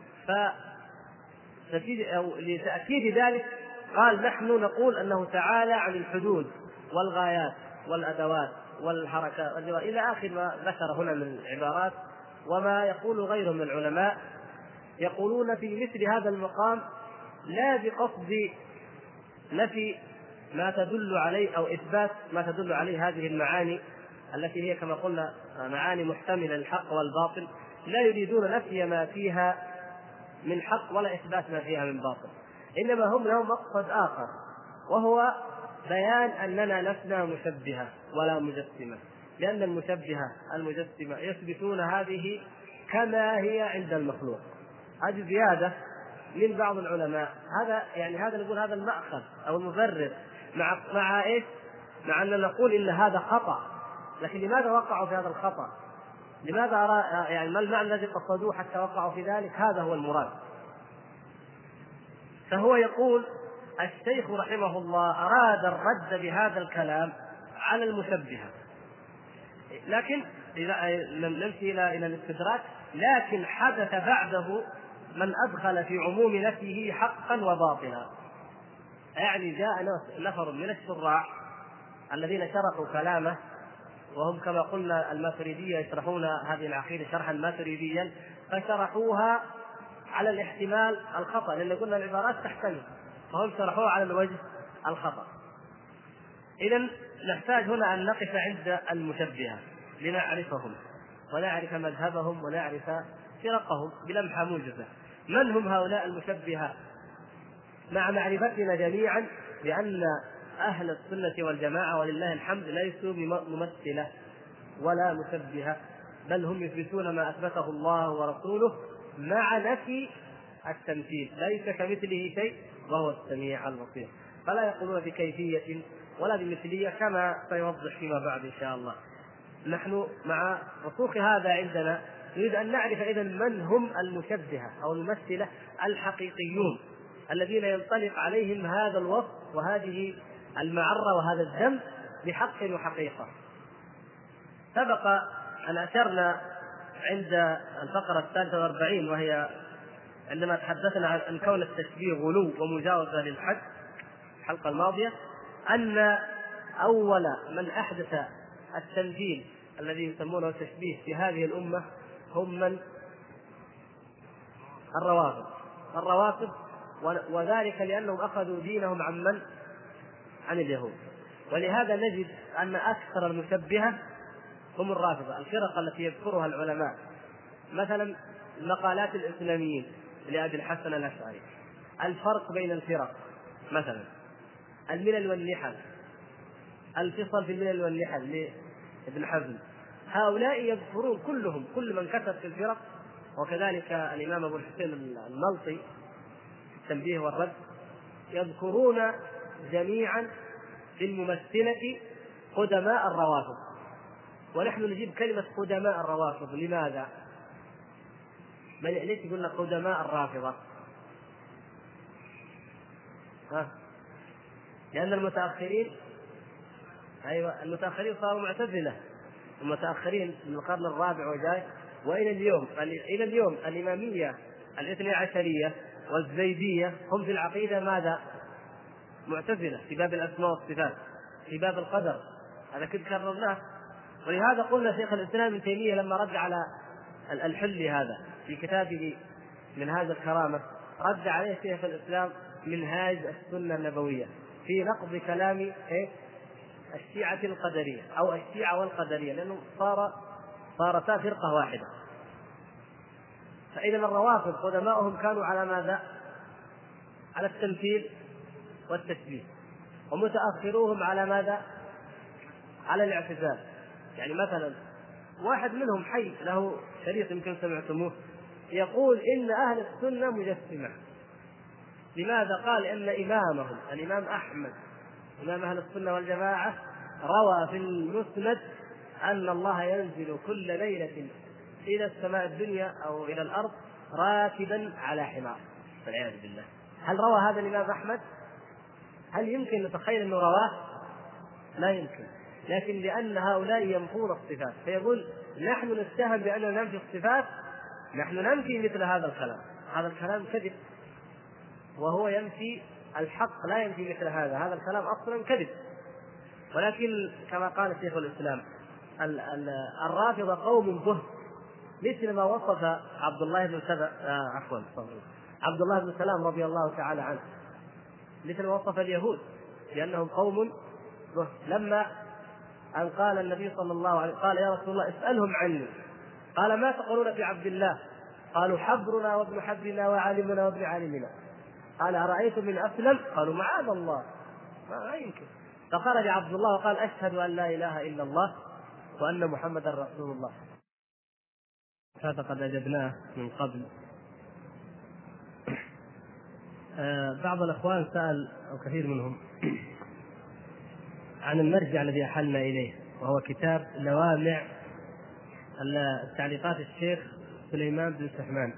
لتأكيد ذلك قال نحن نقول أنه تعالى عن الحدود والغايات والأدوات والحركات إلى آخر ما ذكر هنا من العبارات، وما يقول غيره من العلماء يقولون في مثل هذا المقام لا بقصد نفي ما تدل عليه أو إثبات ما تدل عليه هذه المعاني التي هي كما قلنا معاني محتملة للحق والباطل، لا يريدون نفي ما فيها من حق ولا إثبات ما فيها من باطل، إنما هم لهم مقصد آخر وهو بيان أننا لسنا مشبهة ولا مجسمة، لأن المشبهة المجسمة يثبتون هذه كما هي عند المخلوق. هذه زيادة من بعض العلماء، هذا يعني هذا نقول هذا المأخذ أو المبرر مع مع إيش؟ مع أن نقول إن هذا خطأ، لكن لماذا وقعوا في هذا الخطأ؟ لماذا أرى يعني ما المعنى الذي قصدوه حتى وقعوا في ذلك؟ هذا هو المراد. فهو يقول الشيخ رحمه الله أراد الرد بهذا الكلام على المشبهة، لكن إذا لم نمشي إلى إلى الاستدراك، لكن حدث بعده من أدخل في عموم نفيه حقا وباطلا. يعني جاء نفر من الشراح الذين شرحوا كلامه، وهم كما قلنا الماتريدية يشرحون هذه العقيدة شرحا ماتريديا، فشرحوها على الاحتمال الخطأ، لأن قلنا العبارات تحتمل، فهم شرحوها على الوجه الخطأ. إذن نحتاج هنا أن نقف عند المشبهة لنعرفهم ونعرف مذهبهم ونعرف فرقهم بلمحة موجزة. من هم هؤلاء المشبهة؟ مع معرفتنا جميعا بأن أهل السنة والجماعة ولله الحمد ليسوا ممثلة ولا مشبهة، بل هم يثبتون ما أثبته الله ورسوله مع نفي التمثيل، ليس كمثله شيء وهو السميع البصير، فلا يقولون بكيفية ولا بمثلية كما سيوضح فيما بعد إن شاء الله. نحن مع رسوخ هذا عندنا نريد أن نعرف إذن من هم المشبهة أو الممثلة الحقيقيون الذين ينطلق عليهم هذا الوصف وهذه المعرة وهذا الذنب بحق وحقيقة. سبق أن أشرنا عند الفقرة الثالثة والأربعين وهي عندما تحدثنا عن كون التشبيه غلو ومجاوزة للحد الحلقة الماضية، أن أول من أحدث التمثيل الذي يسمونه التشبيه في هذه الأمة هم من الروافض الروافض وذلك لأنهم أخذوا دينهم عن من؟ عن اليهود. ولهذا نجد أن أكثر المشبهة هم الرافضة، الفرق التي يذكرها العلماء، مثلا المقالات الإسلاميين لأبي الحسن الأشعري، الفرق بين الفرق، مثلا الملل والنحل، الفصل في الملل والنحل لابن حزم، هؤلاء يذكرون كلهم كل من كتب في الفرق، وكذلك الإمام أبو الحسين الملطي في التنبيه والرد، يذكرون جميعا في الممثلة قدماء الروافض. ونحن نجيب كلمة قدماء الروافض، لماذا؟ ليش يقولنا قدماء الرافضة؟ ها؟ لأن المتأخرين أيوة المتأخرين صاروا معتزلة، المتأخرين من القرن الرابع وجاي وإلى اليوم إلى اليوم الإمامية الاثني عشرية والزيدية هم في العقيدة ماذا؟ معتزلة في باب الأسماء والصفات، في باب القدر، هذا كنت كررناه. ولهذا قلنا شيخ الإسلام ابن تيمية لما رد على الحلي هذا في كتابه من هذا الكرامة رد عليه شيخ الإسلام منهاج السنة النبوية في نقض كلام إيه؟ الشيعة القدرية أو الشيعة والقدرية، لأنه صار صارتا فرقة واحدة. فإذا الروافض قدماؤهم كانوا على ماذا؟ على التمثيل والتشبيه، ومتأخروهم على ماذا؟ على الاعتزال. يعني مثلا واحد منهم حي له شريط يمكن سمعتموه يقول إن أهل السنة مجسمة. لماذا؟ قال إن إمامهم الإمام أحمد إمام أهل السنة والجماعة روى في المسند أن الله ينزل كل ليلة إلى السماء الدنيا أو إلى الأرض راكبا على حمار، والعياذ بالله. هل روى هذا الإمام أحمد؟ هل يمكن نتخيل أنه رواه؟ لا يمكن. لكن لأن هؤلاء ينفون الصفات فيقول نحن نتهم بأننا ننفي الصفات، نحن ننفي مثل هذا الكلام. هذا الكلام كذب، وهو ينفي الحق، لا ينفي مثل هذا. هذا الكلام أصلا كذب. ولكن كما قال شيخ الإسلام الرافضة قوم بهت، مثل ما وصف عبد الله بن سبأ آه عفوا عبد الله بن سلام رضي الله تعالى عنه، مثل ما وصف اليهود لأنهم قوم بهت. لما أن قال النبي صلى الله عليه وسلم قال يا رسول الله اسألهم عني، قال ما تقولون في عبد الله؟ قالوا حبرنا وابن حبرنا وعالمنا وابن عالمنا. قال أرأيتم من أسلم؟ قالوا معاذ الله، ما يمكن. فخرج عبد الله وقال أشهد أن لا إله إلا الله وأن محمدا رسول الله. هذا قد أجبناه من قبل. آه بعض الأخوان سأل أو كثير منهم عن المرجع الذي أحلنا إليه، وهو كتاب لوامع التعليقات الشيخ سليمان بن سحمان.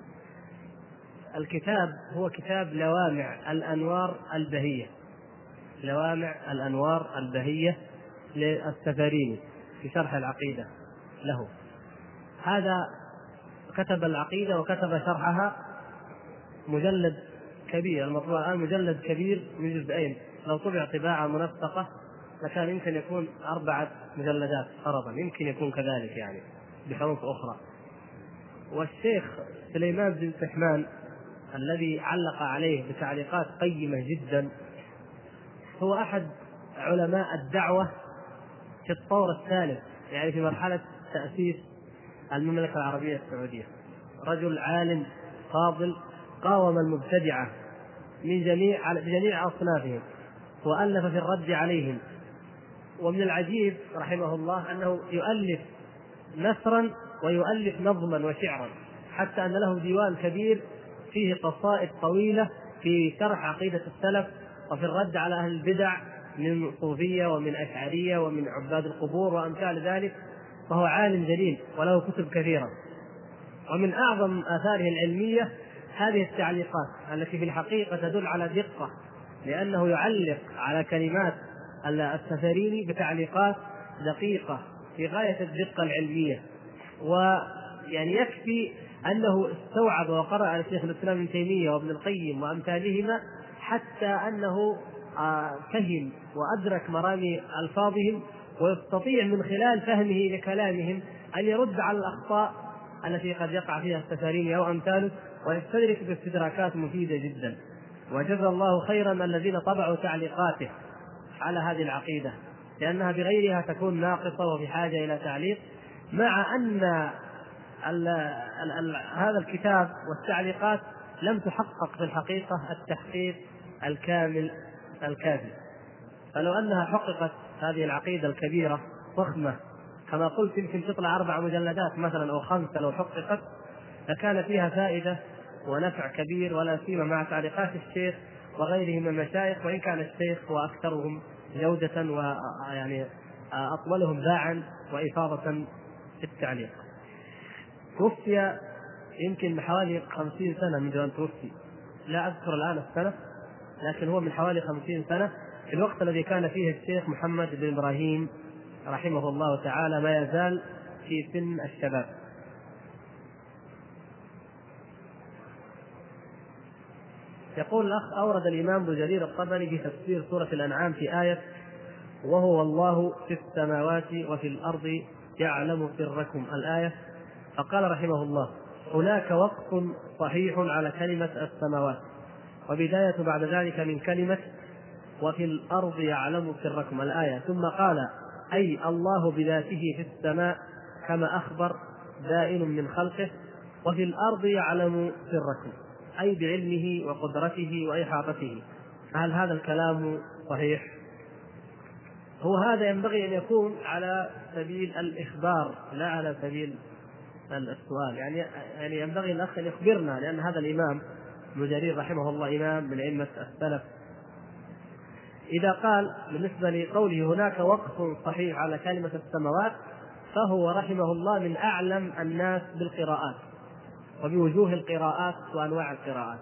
الكتاب هو كتاب لوامع الأنوار البهية، لوامع الأنوار البهية للسفاريني في شرح العقيدة له. هذا كتب العقيدة وكتب شرحها مجلد كبير، المطبوع الآن مجلد كبير من جزئين، لو طبع طباعة منسقة لكان يمكن يكون أربعة مجلدات فرضا، يمكن يكون كذلك يعني بحروف أخرى. والشيخ سليمان بن سحمان الذي علق عليه بتعليقات قيمة جدا هو أحد علماء الدعوة في الطور الثالث، يعني في مرحلة تأسيس المملكة العربية السعودية. رجل عالم فاضل قاوم المبتدعة من جميع بجميع أصنافهم وألف في الرد عليهم. ومن العجيب رحمه الله أنه يؤلف نثرا ويؤلف نظما وشعرا، حتى أن له ديوان كبير فيه قصائد طويلة في شرح عقيدة السلف وفي الرد على أهل البدع من صوفية ومن أشعرية ومن عباد القبور وأمثال ذلك. فهو عالم جليل وله كتب كثيرة. ومن أعظم آثاره العلمية هذه التعليقات التي في الحقيقة تدل على دقة، لأنه يعلق على كلمات السفاريني بتعليقات دقيقة في غاية الدقة العلمية. ويعني يكفي أنه استوعب وقرأ على شيخ الإسلام ابن تيمية وابن القيم وأمثالهما حتى أنه فهم وأدرك مرامي ألفاظهم، ويستطيع من خلال فهمه لكلامهم أن يرد على الأخطاء التي قد يقع فيها السفاريني أو أمثاله، ويستدرك باستدراكات مفيدة جدا. وجزى الله خيرا الذين طبعوا تعليقاته على هذه العقيدة، لأنها بغيرها تكون ناقصة وفي حاجة إلى تعليق. مع أن ال ال ال هذا الكتاب والتعليقات لم تحقق في الحقيقة التحقيق الكامل الكافي. فلو أنها حققت هذه العقيدة الكبيرة ضخمة كما قلت يمكن تطلع أربع مجلدات مثلا أو خمسة، لو حققت لكان فيها فائدة ونفع كبير، ولا سيما مع تعليقات الشيخ وغيره من المشايخ، وإن كان الشيخ هو أكثرهم جودة ويعني أطولهم باعا وإفاضة في التعليق. توفي يمكن من حوالي خمسين سنة منذ أن توفي، لا أذكر الآن السنة، لكن هو من حوالي خمسين سنة، في الوقت الذي كان فيه الشيخ محمد بن إبراهيم رحمه الله تعالى ما يزال في سن الشباب. يقول الأخ: أورد الإمام ابن جرير الطبري في تفسير سورة الأنعام في آية وهو الله في السماوات وفي الأرض يعلم سركم الآية، فقال رحمه الله: هناك وقف صحيح على كلمة السماوات، وبداية بعد ذلك من كلمة وفي الأرض يعلم سركم الآية، ثم قال أي الله بذاته في السماء كما أخبر دائم من خلقه، وفي الأرض يعلم سركم أي بعلمه وقدرته وإحاطته. هل هذا الكلام صحيح؟ هو هذا ينبغي أن يكون على سبيل الإخبار لا على سبيل السؤال، يعني يعني ينبغي الأخ أن يخبرنا، لأن هذا الإمام ابن جرير رحمه الله إمام من أئمة السلف. إذا قال بالنسبة لقوله هناك وقف صحيح على كلمة السماوات، فهو رحمه الله من أعلم الناس بالقراءات وبوجوه القراءات وأنواع القراءات،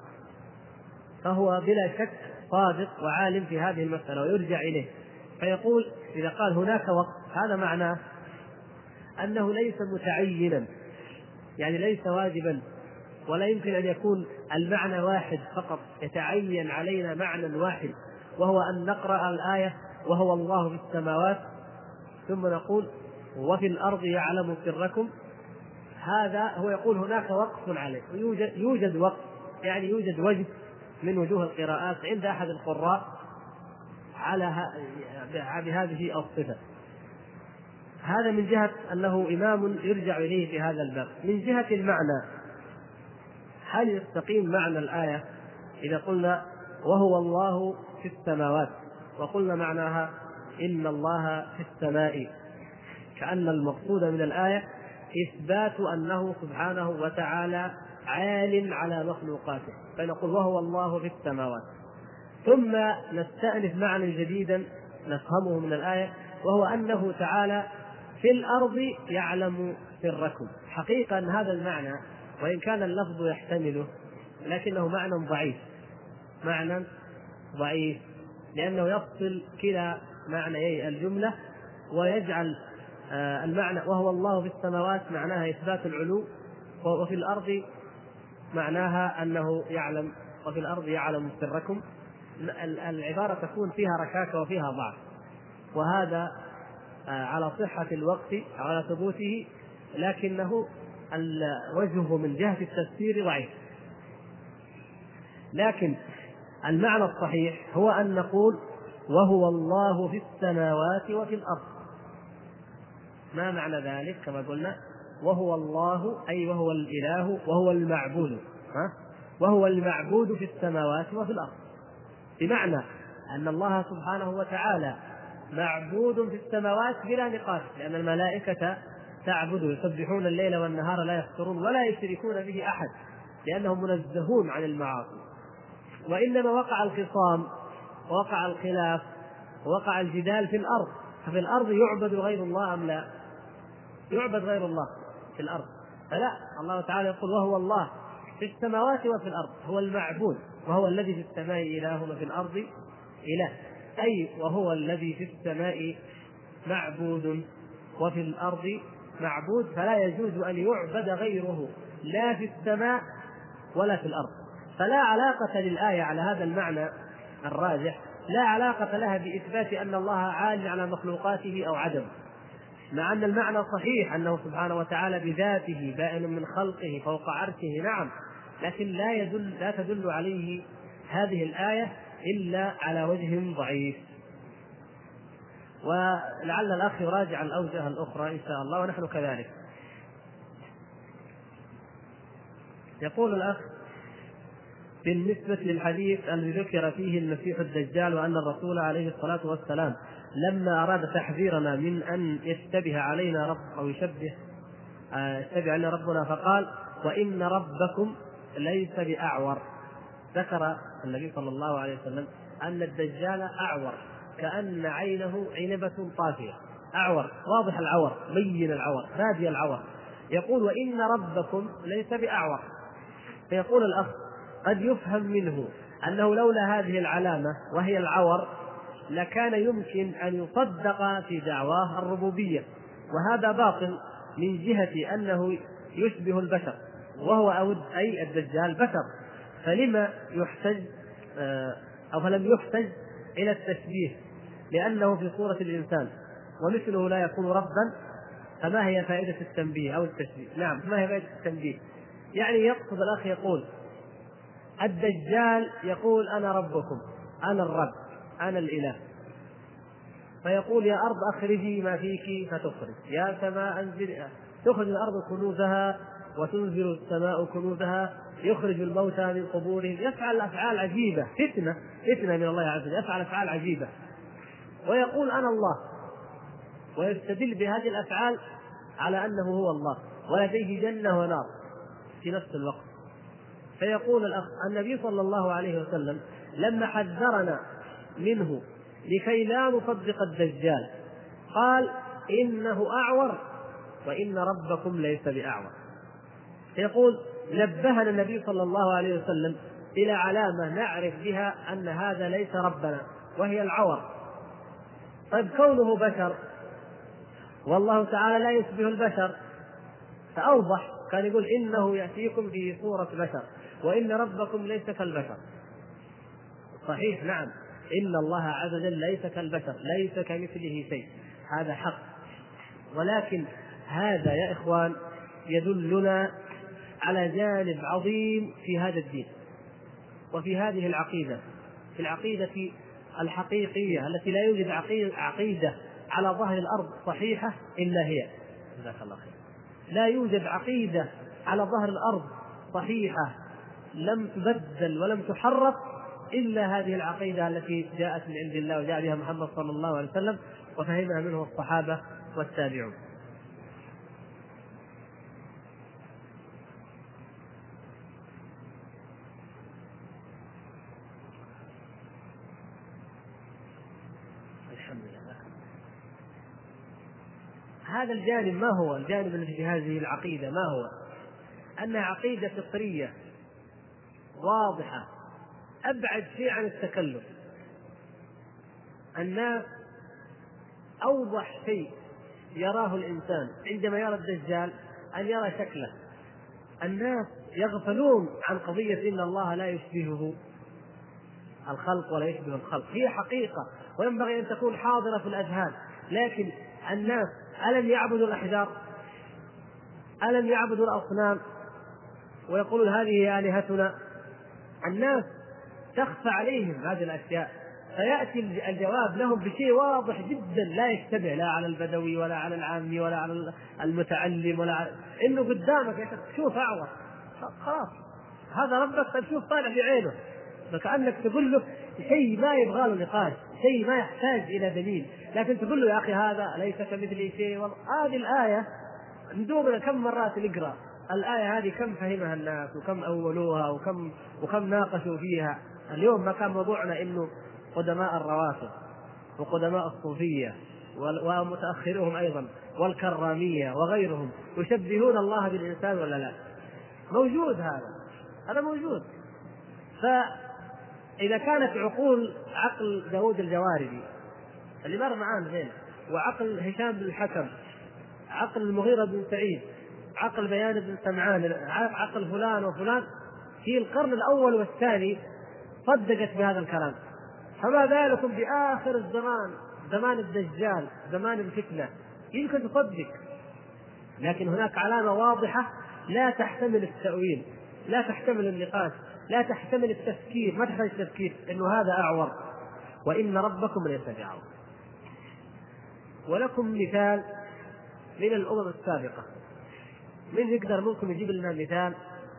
فهو بلا شك صادق وعالم في هذه المسألة ويرجع إليه. فيقول إذا قال هناك وقف، هذا معناه أنه ليس متعينا، يعني ليس واجبا، ولا يمكن أن يكون المعنى واحد فقط يتعين علينا معنى واحد، وهو أن نقرأ الآية وهو الله في السماوات ثم نقول وفي الأرض يعلم سركم. هذا هو يقول هناك وقف عليه، يوجد, يوجد وقف، يعني يوجد وجه من وجوه القراءات عند أحد القراء على بهذه الصفة. هذا من جهة أنه إمام يرجع إليه في هذا الباب. من جهة المعنى، هل يستقيم معنى الآية إذا قلنا وهو الله في السماوات وقلنا معناها إن الله في السماء، كأن المقصود من الآية إثبات أنه سبحانه وتعالى عال على مخلوقاته، فنقول وهو الله في السماوات، ثم نستأنف معنى جديدا نفهمه من الآية، وهو أنه تعالى في الأرض يعلم سركم. حقيقة أن هذا المعنى وإن كان اللفظ يحتمله لكنه معنى ضعيف، معنى ضعيف لأنه يفصل كلا معنى الجملة ويجعل المعنى وهو الله في السماوات معناها إثبات العلو، وفي الأرض معناها أنه يعلم وفي الأرض يعلم سركم. العبارة تكون فيها ركاكة وفيها ضعف، وهذا على صحة الوقت على ثبوته، لكنه وجهه من جهة التفسير ضعيف. لكن المعنى الصحيح هو أن نقول وهو الله في السماوات وفي الأرض. ما معنى ذلك؟ كما قلنا وهو الله أي وهو الإله وهو المعبود، ها؟ وهو المعبود في السماوات وفي الأرض، بمعنى أن الله سبحانه وتعالى معبود في السماوات بلا نقاش، لأن الملائكة تعبد يسبحون الليل والنهار لا يفترون ولا يشركون به أحد، لأنهم منزهون عن المعاصي. وإنما وقع الخصام ووقع الخلاف ووقع الجدال في الأرض، ففي الأرض يعبد غير الله أم لا؟ يعبد غير الله في الأرض، فلا، الله تعالى يقول وهو الله في السماوات وفي الأرض، هو المعبود، وهو الذي في السماء إله وفي الأرض إله، أي وهو الذي في السماء معبود وفي الأرض معبود، فلا يجوز أن يعبد غيره لا في السماء ولا في الأرض. فلا علاقة للآية على هذا المعنى الراجح، لا علاقة لها بإثبات أن الله عال على مخلوقاته أو عدم، مع أن المعنى صحيح أنه سبحانه وتعالى بذاته بائن من خلقه فوق عرشه، نعم، لكن لا يدل لا تدل عليه هذه الآية إلا على وجه ضعيف. ولعل الأخ يراجع الأوجه الأخرى إن شاء الله ونحن كذلك. يقول الأخ بالنسبة للحديث الذي ذكر فيه المسيح الدجال وأن الرسول عليه الصلاة والسلام لما أراد تحذيرنا من أن يشتبه علينا رب أو يشبه يشتبه علينا ربنا فقال وإن ربكم ليس بأعور، ذكر النبي صلى الله عليه وسلم أن الدجال أعور كأن عينه عنبة طافية، أعور واضح العور بين العور بادي العور، يقول وإن ربكم ليس بأعور. فيقول الأخ قد يفهم منه أنه لولا هذه العلامة وهي العور لكان يمكن أن يصدق في دعواه الربوبية، وهذا باطل من جهة أنه يشبه البشر، وهو أود أي الدجال بشر، فلما يحتج أو فلم يحتج إلى التشبيه لأنه في صورة الإنسان ومثله لا يكون ربا، فما هي فائدة التنبيه أو التشبيه؟ نعم، ما هي فائدة التنبيه؟ يعني يقصد الأخ يقول الدجال يقول أنا ربكم، أنا الرب، أنا الإله، فيقول يا أرض أخرجي ما فيك فتخرج، يا سماء أنزل، تخرج الأرض كنوزها وتنزل السماء كنوزها، يخرج الموتى من قبورهم، يفعل أفعال عجيبة، فتنة فتنة من الله عز وجل، يفعل أفعال عجيبة ويقول أنا الله، ويستدل بهذه الأفعال على أنه هو الله ولديه جنة ونار في نفس الوقت. فيقول الأخ النبي صلى الله عليه وسلم لما حذرنا منه لكي لا نصدق الدجال قال إنه أعور وإن ربكم ليس بأعور. يقول نبهنا النبي صلى الله عليه وسلم إلى علامة نعرف بها أن هذا ليس ربنا وهي العور. طيب كونه بشر والله تعالى لا يشبه البشر فأوضح، كان يقول إنه يأتيكم في صورة بشر وإن ربكم ليس كالبشر. صحيح نعم، إن الله عز وجل ليس كالبشر، ليس كمثله شيء، هذا حق، ولكن هذا يا إخوان يدلنا على جانب عظيم في هذا الدين وفي هذه العقيدة، في العقيدة الحقيقية التي لا يوجد عقيدة على ظهر الأرض صحيحة إلا هي. جزاك الله خير. لا يوجد عقيدة على ظهر الأرض صحيحة لم تبدل ولم تحرف إلا هذه العقيدة التي جاءت من عند الله وجاء بها محمد صلى الله عليه وسلم وفهمها منه الصحابة والتابعون. الحمد لله. هذا الجانب ما هو الجانب الذي في هذه العقيدة؟ ما هو؟ أنها عقيدة فطرية واضحة أبعد شيء عن التكلف. الناس أوضح شيء يراه الإنسان عندما يرى الدجال أن يرى شكله. الناس يغفلون عن قضية إن الله لا يشبهه الخلق ولا يشبه الخلق، هي حقيقة وينبغي أن تكون حاضرة في الأذهان، لكن الناس ألم يعبدوا الأحجار؟ ألم يعبدوا الأصنام ويقولون هذه آلهتنا؟ الناس تخفى عليهم هذه الأشياء، فيأتي الجواب لهم بشيء واضح جدا لا يشتبه لا على البدوي ولا على العامي ولا على المتعلم ولا على... إنه قدامك شوف أعور خلاص هذا ربك، شوف طالع بعينه، فكأنك تقول له شيء ما يبغى له نقاش، شيء ما يحتاج إلى دليل، لكن تقول له يا أخي هذا ليس كمثله شيء. هذه الآية ندور كم مرات نقرأ الآية هذه، كم فهمها الناس وكم أولوها وكم وكم ناقشوا فيها. اليوم ما كان موضوعنا إنه قدماء الروافض وقدماء الصوفية ومتأخرهم أيضا والكرامية وغيرهم يشبهون الله بالإنسان ولا لا؟ موجود هذا هذا موجود. فإذا كانت عقول عقل داود الجواربي اللي مر معانا هنا وعقل هشام بن الحكم، عقل المغيرة بن سعيد، عقل بيان بن سمعان، عقل فلان وفلان في القرن الأول والثاني صدقت بهذا الكلام، فما بالكم بآخر الزمان، زمان الدجال، زمان الفتنة، يمكن تصدق. لكن هناك علامة واضحة لا تحتمل التأويل، لا تحتمل النقاش، لا تحتمل التفكير، ما تحتاج التفكير، إنه هذا أعور وإن ربكم ليس بأعور. ولكم مثال من الأمم السابقة، من يقدر منكم يجيب لنا مثال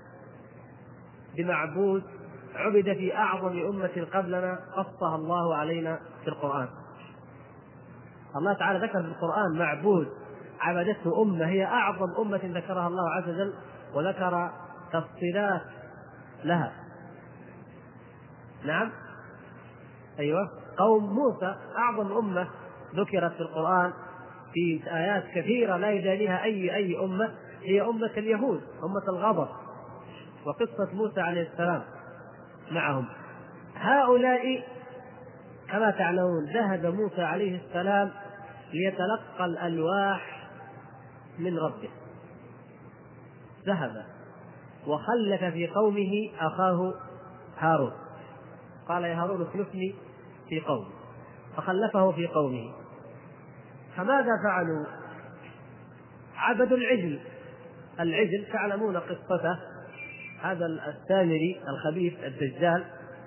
بمعبود عبد في أعظم أمة قبلنا قصها الله علينا في القرآن؟ الله تعالى ذكر في القرآن معبود عبدته أمة هي أعظم أمة ذكرها الله عز وجل، وذكر تفصيلات لها. نعم أيوة، قوم موسى أعظم أمة ذكرت في القرآن في آيات كثيرة لا يدانيها أي أي أمة، هي أمة اليهود، أمة الغضب، وقصة موسى عليه السلام معهم. هؤلاء كما تعلمون ذهب موسى عليه السلام ليتلقى الألواح من ربه، ذهب وخلف في قومه أخاه هارون، قال يا هارون اخلفني في قومي، فخلفه في قومه. فماذا فعلوا؟ عبدوا العجل. العجل تعلمون قصته، هذا السامري الخبيث الدجال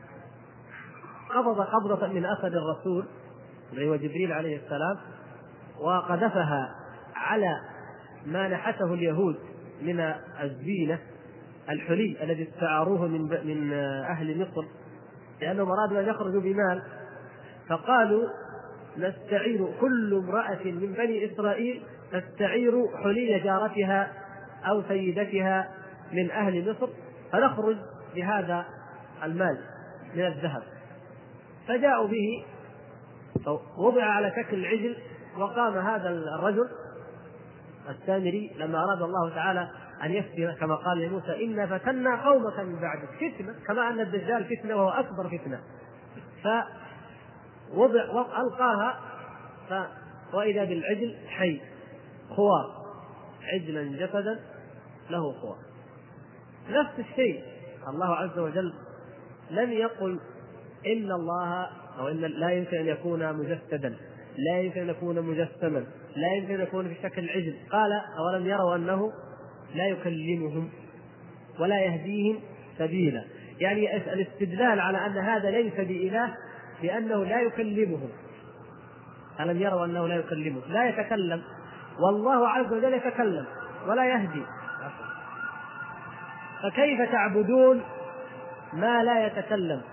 قبض قبضة من أثر الرسول اللي هو جبريل عليه السلام، وقذفها على ما نحته اليهود من الزينة الحلي الذي استعاروه من من أهل مصر، لأنهم أرادوا أن يخرجوا بمال، فقالوا نستعير كل امرأة من بني إسرائيل تستعير حلي جارتها أو سيدتها من أهل مصر فنخرج بهذا المال من الذهب. فجاءوا به، وضع على شكل العجل، وقام هذا الرجل السامري لما أراد الله تعالى أن يفتن كما قال لموسى إنا فتنا قومك من بعدك فتنة، كما أن الدجال فتنة وهو أكبر فتنة، فوضع وألقاها ف... وإذا بالعجل حي خوار، عجلا جسدا له خوار. نفس الشيء الله عز وجل لم يقل إن الله أو إن لا يمكن أن يكون مجسدا، لا يمكن أن يكون مجسما، لا يمكن أن يكون في شكل عجل. قال أولم يروا أنه لا يكلمهم ولا يهديهم سبيلا، يعني الاستدلال على أن هذا ليس بإله لأنه لا يكلمهم. ألم يروا أنه لا يكلمهم، لا يتكلم، والله عز وجل يتكلم ولا يهدي، فكيف تعبدون ما لا يتكلم؟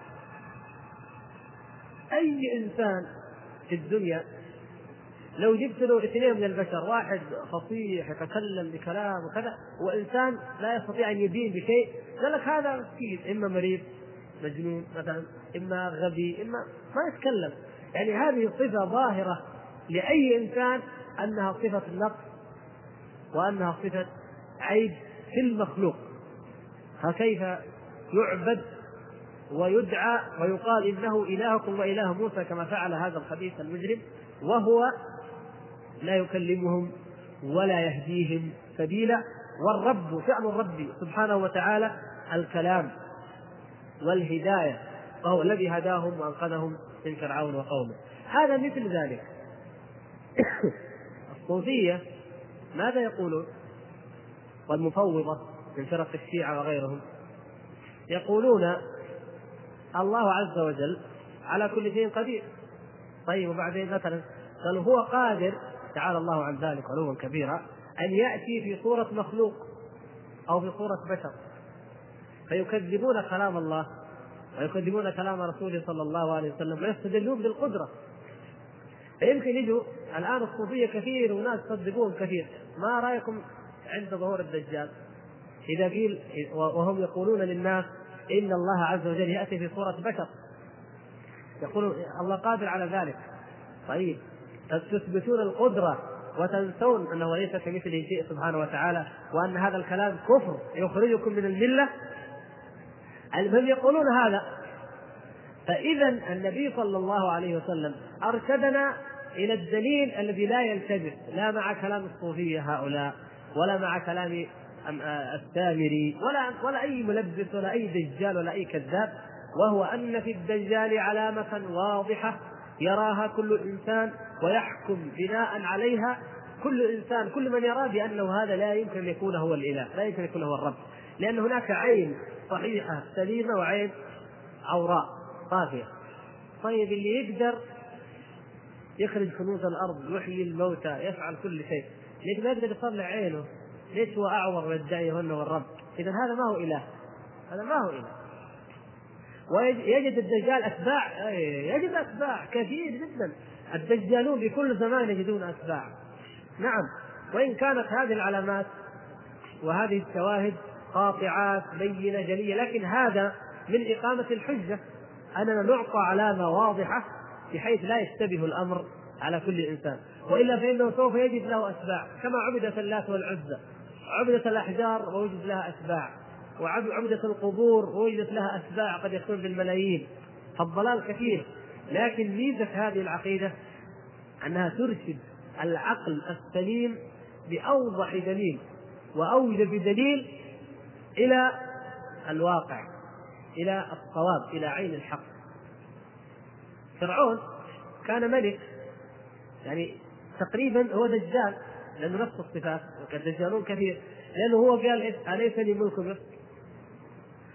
أي إنسان في الدنيا لو جبت له اثنين من البشر، واحد فصيح يتكلم بكلام وكذا، وإنسان لا يستطيع أن يبين بشيء، قال لك هذا مسكين، إما مريض مجنون مثلا، إما غبي، إما ما يتكلم. يعني هذه صفة ظاهرة لأي إنسان أنها صفة نقص وأنها صفة عيب في المخلوق، فكيف يعبد ويدعى ويقال إنه إلهكم وإله موسى كما فعل هذا الخبيث المجرم وهو لا يكلمهم ولا يهديهم سبيلا؟ والرب شأن الرب سبحانه وتعالى الكلام والهداية، وهو الذي هداهم وأنقذهم من فرعون وقومه. هذا مثل ذلك. الصوفية ماذا يقولون؟ والمفوضة من فرق الشيعة وغيرهم يقولون الله عز وجل على كل شيء قدير. طيب وبعدين مثلا قالوا هو قادر تعالى الله عن ذلك علوا كبيرا أن يأتي في صورة مخلوق أو في صورة بشر، فيكذبون كلام الله ويكذبون كلام رسوله صلى الله عليه وسلم ويستدلون بالقدرة. فيمكن يجوا الآن الصوفية كثير وناس يصدقون كثير. ما رأيكم عند ظهور الدجال إذا قيل وهم يقولون للناس إن الله عز وجل يأتي في صورة بشر، يقولون الله قادر على ذلك. طيب تثبتون القدرة وتنسون أنه ليس كمثله شيء سبحانه وتعالى، وأن هذا الكلام كفر يخرجكم من الملة. المهم يقولون هذا. فإذا النبي صلى الله عليه وسلم أرشدنا إلى الدليل الذي لا يلتبس لا مع كلام الصوفية هؤلاء ولا مع كلام السامري ولا ولا أي ملبس ولا أي دجال ولا أي كذاب، وهو أن في الدجال علامة واضحة يراها كل إنسان ويحكم بناء عليها كل إنسان، كل من يرى بأنه هذا لا يمكن أن يكون هو الإله، لا يمكن أن يكون هو الرب، لأن هناك عين صحيحة سليمة وعين عوراء طافية. طيب اللي يقدر يخرج كنوز الأرض، يحيي الموتى، يفعل كل شيء، ليش ما يقدر يطلع عينه؟ ليش هو أعور ويدعي هو الرب؟ إذا هذا ما هو إله، هذا ما هو إله. ويجد الدجال أتباع، يجد أتباع كثير جدا. الدجالون بكل زمان يجدون أتباع، نعم، وإن كانت هذه العلامات وهذه الشواهد قاطعات بينة جلية، لكن هذا من إقامة الحجة، أننا نعطى علامة واضحة بحيث لا يشتبه الأمر على كل إنسان، وإلا فإنه سوف يجد له أتباع، كما عبدت اللات والعزى، عبدت الأحجار ووجد لها أتباع، وعبدت القبور ووجدت لها أتباع قد يكون بالملايين. فالضلال كثير، لكن ميزة هذه العقيدة أنها ترشد العقل السليم بأوضح دليل وأوجب دليل إلى الواقع، إلى الصواب، إلى عين الحق. فرعون كان ملك، يعني تقريبا هو دجال، لأنه نفس الصفات، والدجالون كثير، لأنه هو قال أليس لي ملك مصر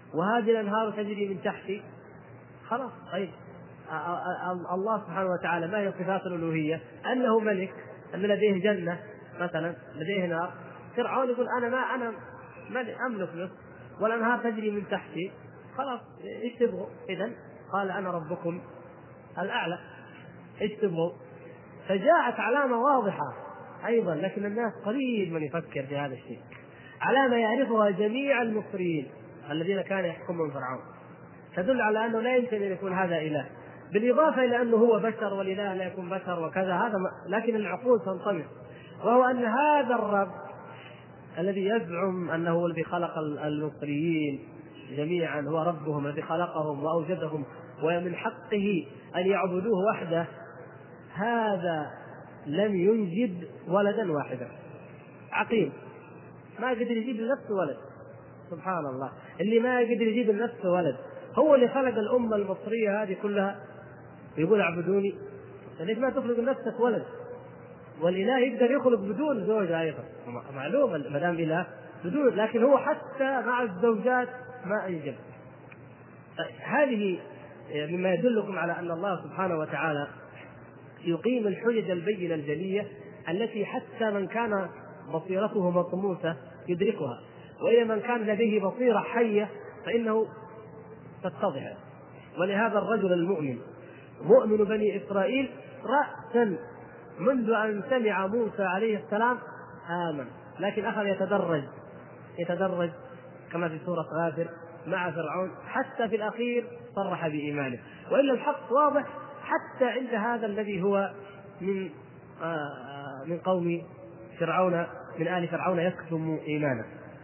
وهذه الأنهار تجري من تحتي، خلاص. طيب الله سبحانه وتعالى ما هي صفات الألوهية؟ أنه ملك، أن لديه جنة مثلا، لديه نار. فرعون يقول أنا ما أنا ملك أملك مصر والأنهار تجري من تحتي، خلاص إيش تبغوا؟ إذن قال أنا ربكم الأعلى، إيش تبغوا؟ فجاءت علامة واضحة أيضا، لكن الناس قليل من يفكر في هذا الشيء. علامة يعرفها جميع المصريين الذين كانوا يحكمون فرعون، تدل على أنه لا يمكن أن يكون هذا إله، بالإضافة إلى أنه هو بشر والإله لا يكون بشر وكذا، هذا لكن العقول تنطمس. وهو أن هذا الرب الذي يزعم أنه هو الذي خلق المصريين جميعا، هو ربهم الذي خلقهم وأوجدهم ومن حقه أن يعبدوه وحده، هذا لم ينجد ولدا واحدا عقيم، ما قدر يجيب لنفسه ولد. سبحان الله، اللي ما يقدر يجيب لنفسه ولد هو اللي خلق الأمة المصرية هذه كلها، يقول اعبدوني. ليش ما تخلق لنفسك ولد؟ والإله يقدر يخلق بدون زوجة أيضا، معلوم ما دام إله بدون، لكن هو حتى مع الزوجات ما أنجب. هذه مما يدلكم على أن الله سبحانه وتعالى يقيم الحجج البينة الجلية التي حتى من كان بصيرته مطموسة يدركها، وإذا من كان لديه بصيرة حية فإنه تتضح. ولهذا الرجل المؤمن مؤمن بني إسرائيل رأسا منذ أن سمع موسى عليه السلام آمن، لكن أخذ يتدرج يتدرج كما في سورة غافر مع فرعون، حتى في الأخير صرح بإيمانه. وإلا الحق واضح حتى عند هذا الذي هو من آه من قوم فرعون، من آل فرعون يكتم إيمانه.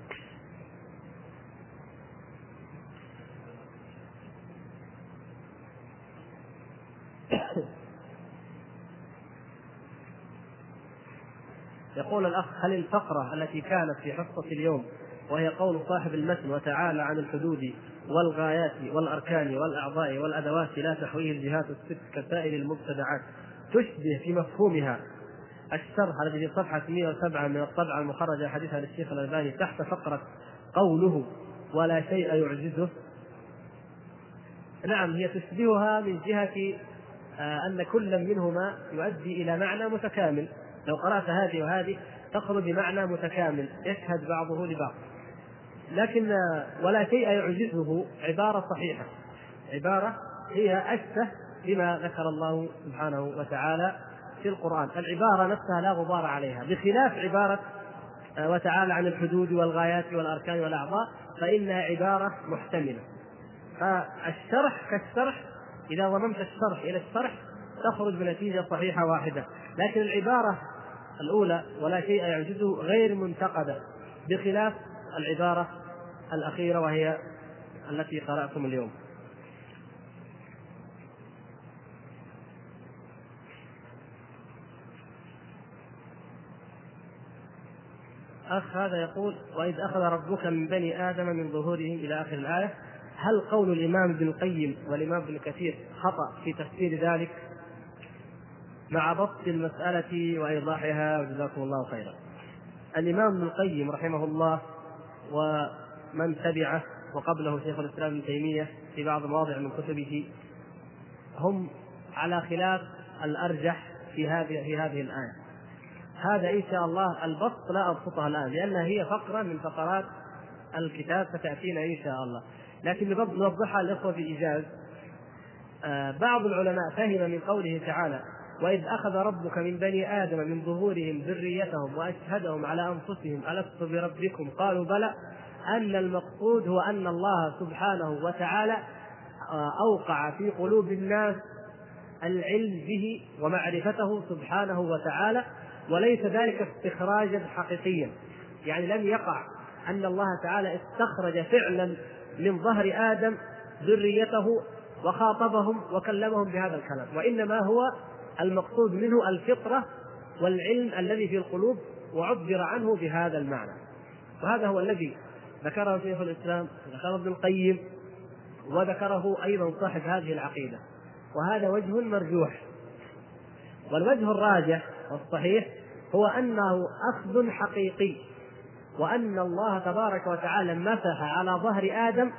يقول الأخ: هل الفقرة التي كانت في حصة اليوم وهي قول صاحب المتن وتعالى عن الحدود والغايات والأركان والأعضاء والأدوات لا تحويه الجهات الست كسائر المبتدعات تشبه في مفهومها الشرح الذي في صفحة مئة وسبعة من الطبعة المخرجة حديثها للشيخ الألباني تحت فقرة قوله ولا شيء يعجزه؟ نعم، هي تشبهها من جهة أن كل منهما يؤدي إلى معنى متكامل. لو قرأت هذه وهذه تخرج بمعنى متكامل يشهد بعضه لبعض. لكن ولا شيء يعجزه عبارة صحيحة، عبارة هي أشبه بما ذكر الله سبحانه وتعالى في القرآن. العبارة نفسها لا غبار عليها، بخلاف عبارة وتعالى عن الحدود والغايات والأركان والأعضاء فإنها عبارة محتملة. فالشرح كالشرح، إذا ضممت الشرح إلى الشرح تخرج بنتيجة صحيحة واحدة. لكن العبارة الأولى ولا شيء يعجزه غير منتقدة، بخلاف العبارة الأخيرة وهي التي قرأتم اليوم. أخ هذا يقول: وإذ أخذ ربك من بني آدم من ظهورهم إلى آخر الآية، هل قول الإمام ابن القيم والإمام ابن كثير خطأ في تفسير ذلك؟ مع بسط المسألة وإيضاحها وجزاكم الله خيرا. الإمام ابن القيم رحمه الله ومن تبعه وقبله شيخ الإسلام ابن تيمية في بعض مواضع من كتبه هم على خلاف الأرجح في هذه في هذه الآية. هذا إن شاء الله البسط لا أبسطها الآن لأنها هي فقرة من فقرات الكتاب ستأتينا إن شاء الله، لكن نوضحها الإخوة بإيجاز. آه بعض العلماء فهم من قوله تعالى: وإذ أخذ ربك من بني آدم من ظهورهم ذريتهم وأشهدهم على أنفسهم ألست بربكم قالوا بلى، أن المقصود هو أن الله سبحانه وتعالى أوقع في قلوب الناس العلم به ومعرفته سبحانه وتعالى، وليس ذلك استخراجا حقيقيا، يعني لم يقع أن الله تعالى استخرج فعلا من ظهر آدم ذريته وخاطبهم وكلمهم بهذا الكلام، وإنما هو المقصود منه الفطرة والعلم الذي في القلوب وعبر عنه بهذا المعنى. وهذا هو الذي ذكره شيخ الإسلام وذكره ابن القيم وذكره أيضا صاحب هذه العقيدة، وهذا وجه مرجوح. والوجه الراجح والصحيح هو أنه أخذ حقيقي، وأن الله تبارك وتعالى مسح على ظهر آدم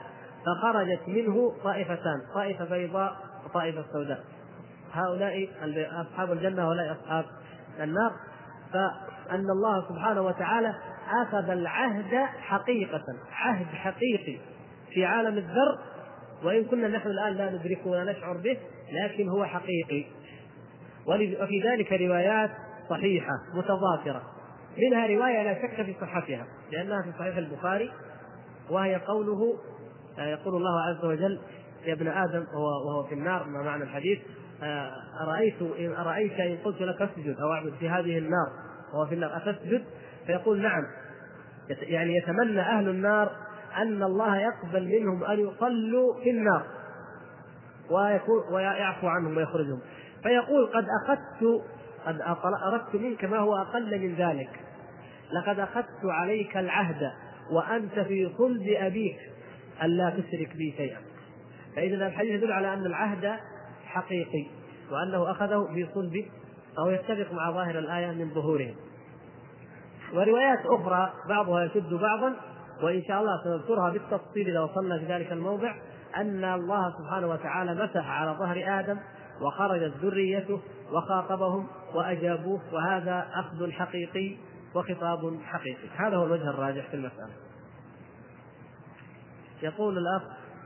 فخرجت منه طائفتان، طائفة بيضاء وطائفة سوداء، هؤلاء أصحاب الجنة وهؤلاء أصحاب النار. فأن الله سبحانه وتعالى أخذ العهد حقيقة، عهد حقيقي في عالم الذر، وإن كنا نحن الآن لا ندركه ولا نشعر به، لكن هو حقيقي. وفي ذلك روايات صحيحة متضافرة، منها رواية لا شك في صحتها لأنها في صحيح البخاري، وهي قوله يقول الله عز وجل: يا ابن آدم، وهو في النار، ما معنى الحديث؟ أرأيت إن أرأيت إن قلت لك اسجد أو اعبد في هذه النار وهو في النار أتسجد؟ فيقول نعم. يعني يتمنى أهل النار أن الله يقبل منهم أن يصلوا في النار ويعفو عنهم ويخرجهم. فيقول: قد أخذت قد أردت منك ما هو أقل من ذلك، لقد أخذت عليك العهد وأنت في صلب أبيك ألا تشرك بي شيئا. فإذا الحديث يدل على أن العهد حقيقي وأنه أخذه في صلب، أو يتفق مع ظاهر الآية من ظهورهم. وروايات أخرى بعضها يشد بعضا، وإن شاء الله سنذكرها بالتفصيل إذا وصلنا في ذلك الموضع، أن الله سبحانه وتعالى مسح على ظهر آدم وخرجت ذريته وخاطبهم وأجابوه، وهذا أخذ حقيقي وخطاب حقيقي. هذا هو الوجه الراجح في المسألة. يقول الأخ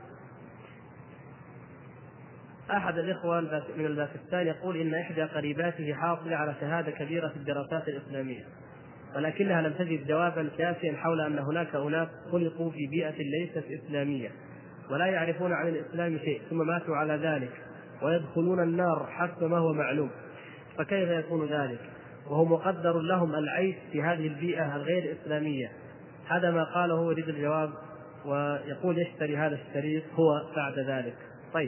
أحد الإخوة من الباكستان يقول إن إحدى قريباته حاصلة على شهادة كبيرة في الدراسات الإسلامية، ولكنها لم تجد جوابا كافيا حول أن هناك أناس خلقوا في بيئة ليست إسلامية ولا يعرفون عن الإسلام شيء ثم ماتوا على ذلك ويدخلون النار حسب ما هو معلوم، فكيف يكون ذلك وهو مقدر لهم العيش في هذه البيئة الغير إسلامية؟ هذا ما قاله، يريد الجواب، ويقول يشتري هذا الشريط هو بعد ذلك. طيب،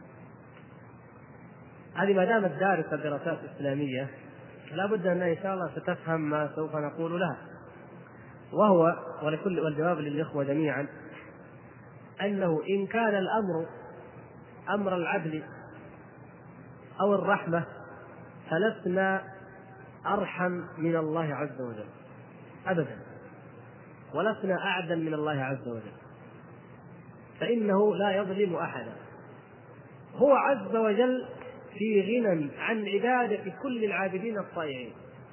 هذه ما دامت دارسة دراسات إسلامية لا بد أنها إن شاء الله ستفهم ما سوف نقول لها، وهو ولكل والجواب للإخوة جميعا أنه إن كان الأمر أمر العدل أو الرحمة فلسنا أرحم من الله عز وجل أبدا، ولسنا أعدل من الله عز وجل، فإنه لا يظلم أحدا. هو عز وجل في غنى عن عبادة كل العابدين الطائعين،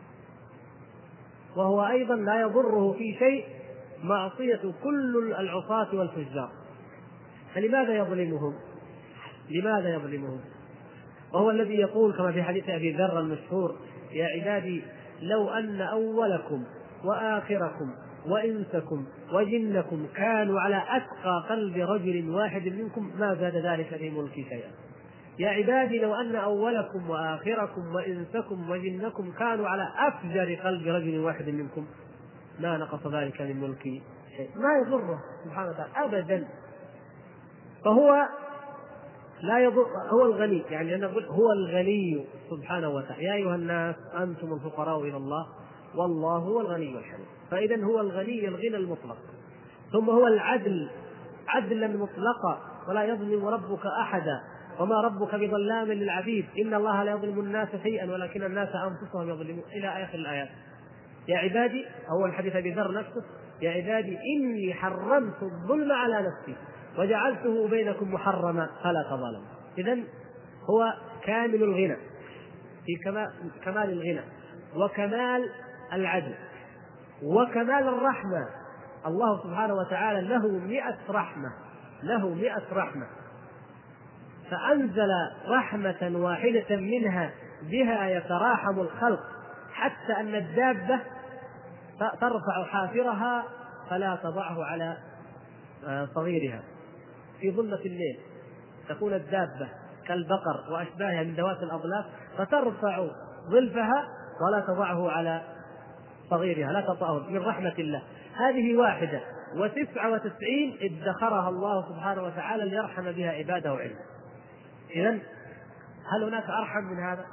وهو أيضا لا يضره في شيء معصية كل العصاة والفجار، فلماذا يظلمهم؟ لماذا يظلمهم؟ وهو الذي يقول كما في حديث أبي ذر المشهور: يا عبادي لو أن أولكم وآخركم وإنسكم وجنكم كانوا على أتقى قلب رجل واحد منكم ما زاد ذلك في ملكي شيئا. يا عبادي لو أن أولكم وآخركم وإنسكم وجنكم كانوا على أفجر قلب رجل واحد منكم ما نقص ذلك من ملكي شيء. ما يضره سبحانه وتعالى أبدا، فهو لا يضر، هو الغني. يعني أنا أقول هو الغني سبحانه وتعالى: يا أيها الناس أنتم الفقراء إلى الله والله هو الغني الحميد. فإذا هو الغني الغنى المطلق، ثم هو العدل عدلا مطلقا، ولا يظلم ربك أحدا وما ربك بظلام للعبيد إن الله لا يظلم الناس شيئا ولكن الناس أنفسهم يظلمون إلى آخر الآيات. يا عبادي، هو الحديث أبي ذر نفسه: يا عبادي إني حرمت الظلم على نفسي وجعلته بينكم محرما فلا تظالموا. إذن هو كامل الغنى في كمال الغنى وكمال العدل وكمال الرحمة. الله سبحانه وتعالى له مئة رحمة، له مئة رحمة، فأنزل رحمة واحدة منها بها يتراحم الخلق، حتى أن الدابة ترفع حافرها فلا تضعه على صغيرها في ظلمة الليل. تكون الدابة كالبقر وأشباهها من ذوات الأضلاف فترفع ظلفها ولا تضعه على صغيرها، لا تطأه من رحمة الله. هذه واحدة وتسعة وتسعين ادخرها الله سبحانه وتعالى ليرحم بها عباده وعلمه. إذن هل هناك أرحم من هذا؟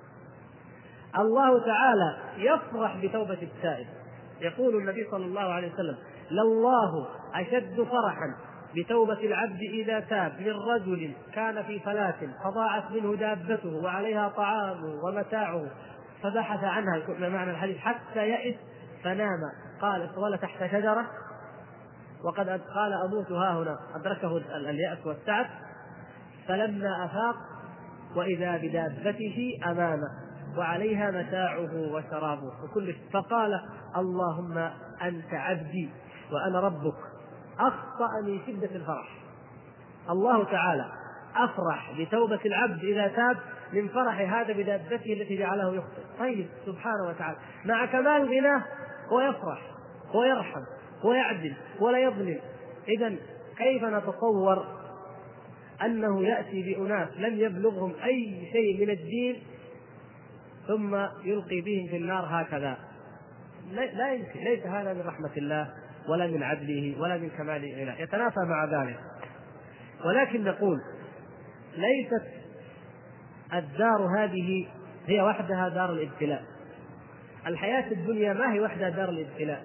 الله تعالى يفرح بتوبة التائب. يقول النبي صلى الله عليه وسلم: لله أشد فرحا بتوبة العبد إذا تاب من رجل كان في فلاة فضاعت منه دابته وعليها طعامه ومتاعه فبحث عنها، معنى الحديث حتى يئس فنام، قال: ولا تحت شجرة وقد قال أموت ها هنا، أدركه اليأس والتعب، فلما أفاق وإذا بدابته أمامه وعليها متاعه وشرابه وكل، فقال اللهم أنت عبدي وأنا ربك. أخطأ من شدة الفرح. الله تعالى أفرح بتوبة العبد إذا تاب من فرح هذا بدابته التي جعله يخطئ. طيب سبحانه وتعالى مع كمال غناه هو يفرح، هو يرحم، هو يعدل ولا يظلم. إذن كيف نتصور أنه يأتي بأناس لم يبلغهم أي شيء من الدين ثم يلقي بهم في النار هكذا؟ لا يمكن. ليس هذا من رحمة الله ولا من عدله ولا من كمال غناه، يتنافى مع ذلك. ولكن نقول ليست الدار هذه هي وحدها دار الابتلاء. الحياة الدنيا ما هي وحدها دار الابتلاء.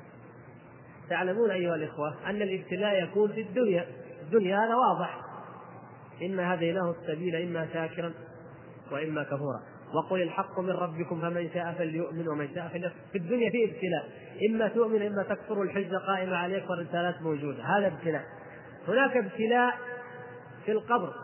تعلمون أيها الإخوة أن الابتلاء يكون في الدنيا. الدنيا هذا واضح، إما هديناه السبيل إما شاكرا وإما كفورا، وقل الحق من ربكم فمن شاء فليؤمن ومن شاء فليكفر. في الدنيا فيه ابتلاء، إما تؤمن إما تكفر، الحجة قائمة عليك والرسالات موجودة، هذا ابتلاء. هناك ابتلاء في القبر،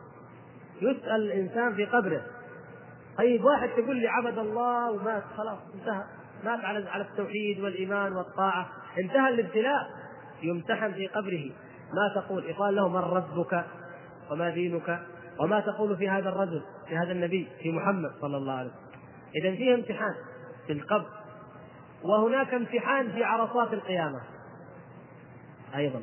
يسأل الإنسان في قبره. طيب واحد تقول لي عبد الله ومات، خلاص انتهى، مات على على التوحيد والإيمان والطاعة، انتهى الابتلاء. يمتحن في قبره، ما تقول؟ يقال له من ربك وما دينك وما تقول في هذا الرجل، في هذا النبي، في محمد صلى الله عليه وسلم. إذن فيه امتحان في القبر، وهناك امتحان في عرصات القيامة أيضا.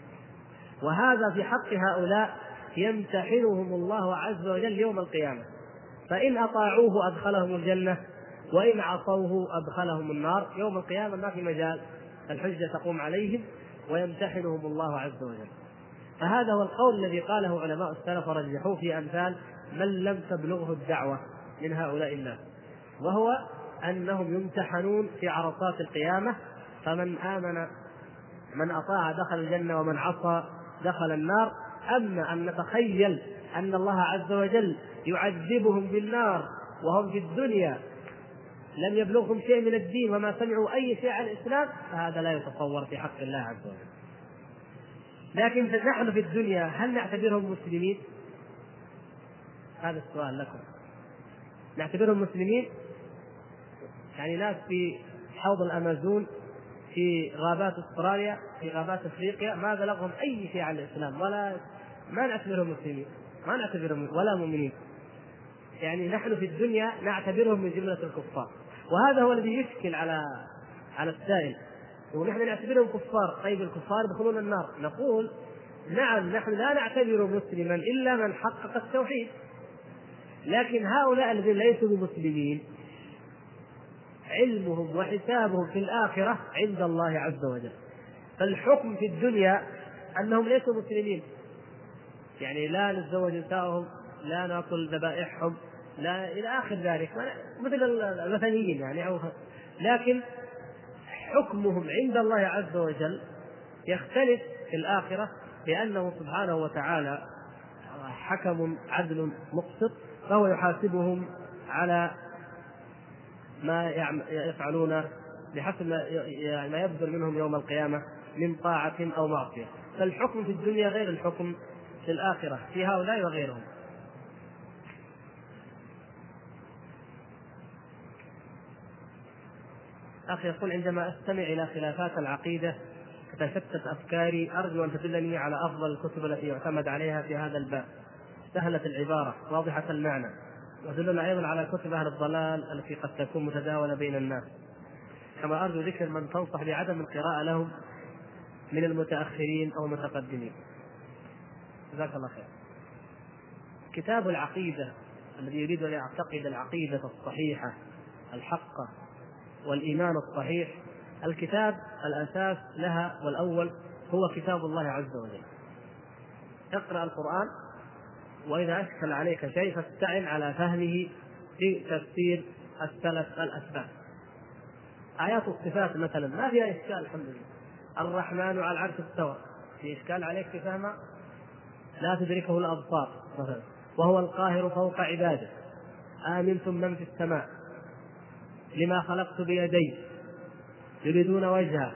وهذا في حق هؤلاء يمتحنهم الله عز وجل يوم القيامة، فإن أطاعوه أدخلهم الجنة وإن عصوه أدخلهم النار. يوم القيامة ما في مجال، الحجة تقوم عليهم ويمتحنهم الله عز وجل. فهذا هو القول الذي قاله علماء السلف ورجحوه في أمثال من لم تبلغه الدعوة من هؤلاء الناس، وهو أنهم يمتحنون في عرصات القيامة، فمن آمن من أطاع دخل الجنة ومن عصى دخل النار. أما أن نتخيل أن الله عز وجل يعذبهم بالنار وهم في الدنيا لم يبلغهم شيء من الدين وما سمعوا أي شيء عن الإسلام، فهذا لا يتصور في حق الله عز وجل. لكن نحن في الدنيا هل نعتبرهم مسلمين؟ هذا السؤال لكم. نعتبرهم مسلمين؟ يعني ناس في حوض الأمازون، في غابات أستراليا، في غابات أفريقيا، ما بلغهم أي شيء عن الإسلام، ولا ما نعتبرهم مسلمين، ما نعتبرهم ولا مؤمنين. يعني نحن في الدنيا نعتبرهم من جملة الكفار، وهذا هو الذي يشكل على على السائل. ونحن نعتبرهم كفار. طيب الكفار يدخلون النار؟ نقول نعم، نحن لا نعتبر مسلما إلا من حقق التوحيد، لكن هؤلاء الذين ليسوا بمسلمين علمهم وحسابهم في الآخرة عند الله عز وجل. فالحكم في الدنيا أنهم ليسوا مسلمين، يعني لا نتزوج نساءهم، لا نأكل ذبائحهم، لا إلى آخر ذلك، مثل الوثنيين يعني. لكن حكمهم عند الله عز وجل يختلف في الآخرة، لأنه سبحانه وتعالى حكم عدل مقسط، فهو يحاسبهم على ما يفعلون بحسب ما يبذل منهم يوم القيامة من طاعة أو معصية. فالحكم في الدنيا غير الحكم في الآخرة في هؤلاء وغيرهم. أخي يقول عندما أستمع إلى خلافات العقيدة تتشتت أفكاري، أرجو أن تدلني على أفضل الكتب التي يعتمد عليها في هذا الباب، سهلة العبارة واضحة المعنى، ودلنا أيضا على كتب أهل الضلال التي قد تكون متداولة بين الناس. كما أرجو ذكر من تنصح بعدم القراءة لهم من المتأخرين أو المتقدمين. جزاك الله خير. كتاب العقيدة الذي يريد أن يعتقد العقيدة الصحيحة الحقة والإيمان الصحيح، الكتاب الأساس لها والأول هو كتاب الله عز وجل. اقرأ القرآن، وإذا أشكل عليك شيء فاستعن على فهمه في تفسير السلف الأسباب. آيات الصفات مثلا ما فيها إشكال، الحمد لله. الرحمن على العرش استوى، في إشكال عليك في فهمها؟ لا تدركه الأبصار مثلا. وهو القاهر فوق عباده. آمنتم من في السماء لما خلقت بيدي يريدون وجهه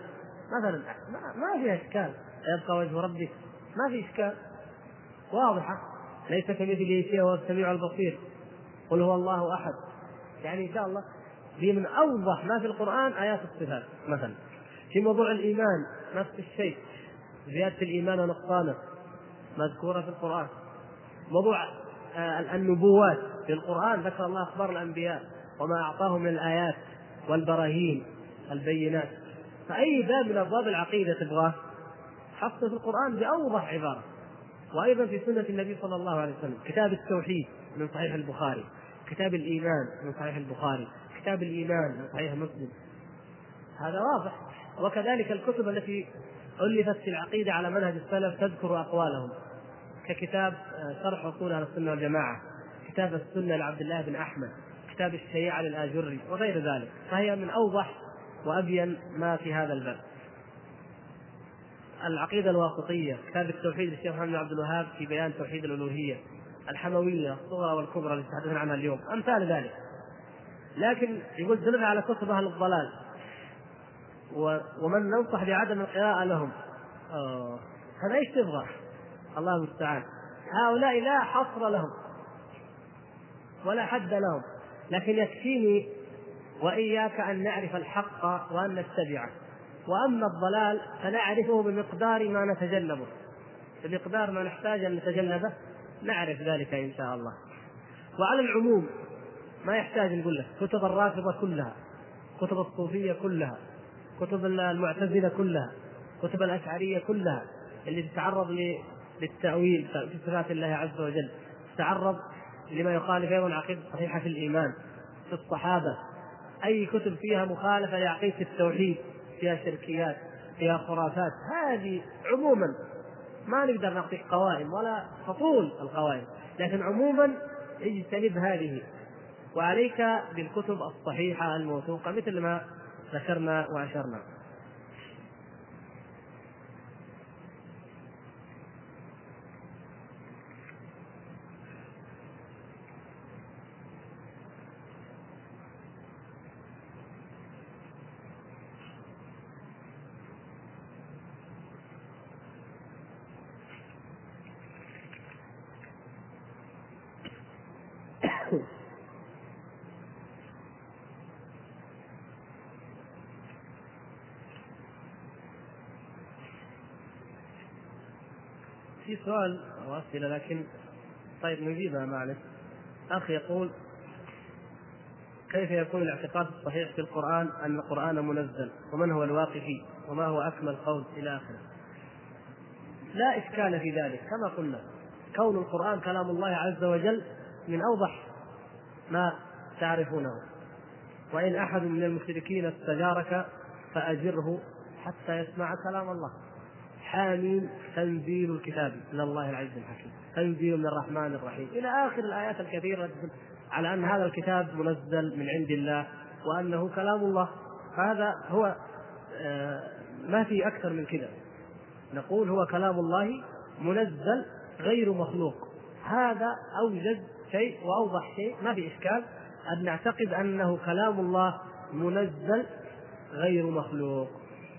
مثلا ما, ما فيها إشكال، يبقى وجه ربك ما في إشكال، واضحة، ليس كمثله شيء وهو السميع البصير، قل هو الله أحد. يعني إن شاء الله دي من أوضح ما في القرآن آيات الصفات. مثلا في موضوع الإيمان نفس الشيء، زيادة الإيمان ونقصانه مذكورة في القرآن. موضوع النبوات في القرآن ذكر الله أخبار الأنبياء وما أعطاهم من الآيات والبراهين البينات. فأي باب من أبواب العقيدة تبغاه حصل في القرآن بأوضح عبارة. وأيضا في سنة النبي صلى الله عليه وسلم، كتاب التوحيد من صحيح البخاري، كتاب الإيمان من صحيح البخاري، كتاب الإيمان من صحيح مسلم، هذا واضح. وكذلك الكتب التي ألفت في العقيدة على منهج السلف تذكر أقوالهم، ككتاب شرح أصول أهل السنة والجماعة، كتاب السنة لعبد الله بن أحمد، كتاب الشريعة للآجري وغير ذلك. فهي من أوضح وأبين ما في هذا الباب. العقيدة الواسطية، كتاب التوحيد للشيخ محمد بن عبد الوهاب في بيان توحيد الألوهية، الحموية الصغرى والكبرى التي تحدثنا عنها اليوم، أمثال ذلك. لكن يقول دلنا على كتب أهل الضلال ومن ننصح بعدم القراءة لهم، آه. هذا ايش تبغى؟ الله المستعان. هؤلاء لا حصر لهم ولا حد لهم، لكن يكفيني وإياك أن نعرف الحق وأن نتبعه. وأما الضلال فنعرفه بمقدار ما نتجنبه، بمقدار ما نحتاج أن نتجنبه نعرف ذلك إن شاء الله. وعلى العموم ما يحتاج نقول لك كتب الرافضة كلها، كتب الصوفية كلها، كتب المعتزلة كلها، كتب الأشعرية كلها اللي تتعرض للتأويل في صفات الله عز وجل، تتعرض لما يخالف أيضا عقيدة صحيحة في الإيمان في الصحابة، أي كتب فيها مخالفة لعقيدة التوحيد، فيها شركيات، فيها خرافات، هذه عموما ما نقدر نعطيك قوائم ولا فصول القوائم، لكن عموما اجتنب هذه، وعليك بالكتب الصحيحة الموثوقة مثل ما ذكرنا وأشرنا. في سؤال وأسئلة لكن طيب نجيبها معلش. أخي يقول: كيف يكون الاعتقاد الصحيح في القرآن أن القرآن منزل، ومن هو الواقع فيه، وما هو أكمل قول إلى آخره. لا إشكال في ذلك، كما قلنا كون القرآن كلام الله عز وجل من أوضح ما تعرفونه. وإن أحد من المشركين استجارك فأجره حتى يسمع كلام الله. حامين تنزيل الكتاب من الله العزيز الحكيم، تنزيل من الرحمن الرحيم، إلى آخر الآيات الكثيرة على أن هذا الكتاب منزل من عند الله وأنه كلام الله. هذا هو آه ما في أكثر من كذا، نقول هو كلام الله منزل غير مخلوق. هذا أوجد شيء وأوضح شيء، ما في إشكال أن نعتقد أنه كلام الله منزل غير مخلوق.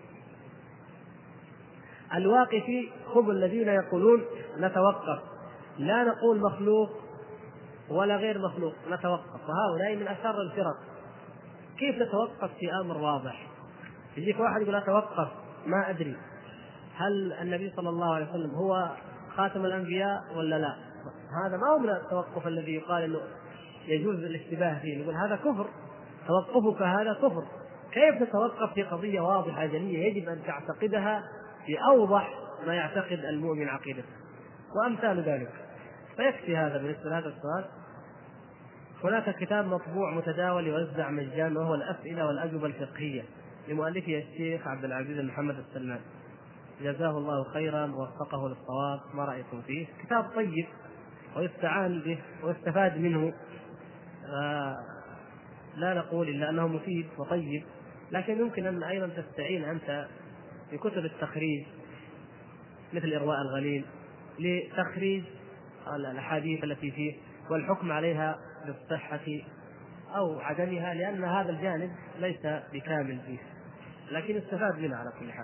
الواقفي هم الذين يقولون نتوقف، لا نقول مخلوق ولا غير مخلوق، نتوقف. وهؤلاء من أشر الفرق. كيف نتوقف في أمر واضح؟ يجيك واحد يقول أتوقف، ما أدري هل النبي صلى الله عليه وسلم هو خاتم الأنبياء ولا لا. هذا ما هو من التوقف الذي يقال أنه يجوز الاشتباه فيه، يقول هذا كفر، توقفك هذا كفر. كيف تتوقف في قضية واضحة جلية يجب أن تعتقدها في أوضح ما يعتقد المؤمن عقيدته، وأمثال ذلك. فيكفي هذا بالنسبة لهذا السؤال. هناك كتاب مطبوع متداول يوزع مجانا، وهو الأسئلة والأجوبة الفقهية لمؤلفه الشيخ عبد العزيز بن محمد السلمان، جزاه الله خيرا ووفقه للصواب. ما رأيكم فيه؟ كتاب طيب ويستعان به ويستفاد منه، آه لا نقول إلا أنه مفيد وطيب، لكن يمكن أن أيضا تستعين أنت بكتب التخريج مثل إرواء الغليل لتخريج الأحاديث التي فيه والحكم عليها بالصحة أو عدمها، لأن هذا الجانب ليس بكامل فيه. لكن استفاد منها على كل حال.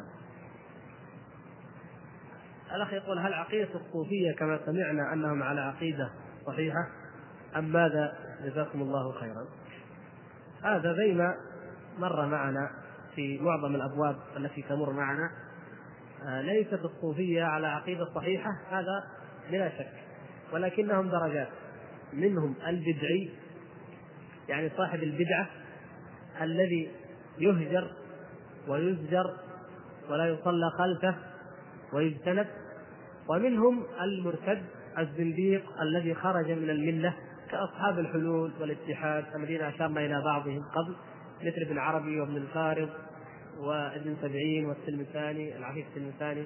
الأخ يقول: هل عقيدة الصوفية كما سمعنا أنهم على عقيدة صحيحة أم ماذا؟ جزاكم الله خيرا. هذا زي ما مر معنا في معظم الأبواب التي تمر معنا، آه ليست الصوفية على عقيدة صحيحة، هذا بلا شك، ولكنهم درجات. منهم البدعي، يعني صاحب البدعة الذي يهجر ويزجر ولا يصلى خلفه ويجتنب، ومنهم المرتد الزنديق الذي خرج من الملة كأصحاب الحلول والاتحاد الذين أشرنا إلى بعضهم قبل، مثل ابن عربي وابن الفارض وابن سبعين والسلمساني العفيف السلمساني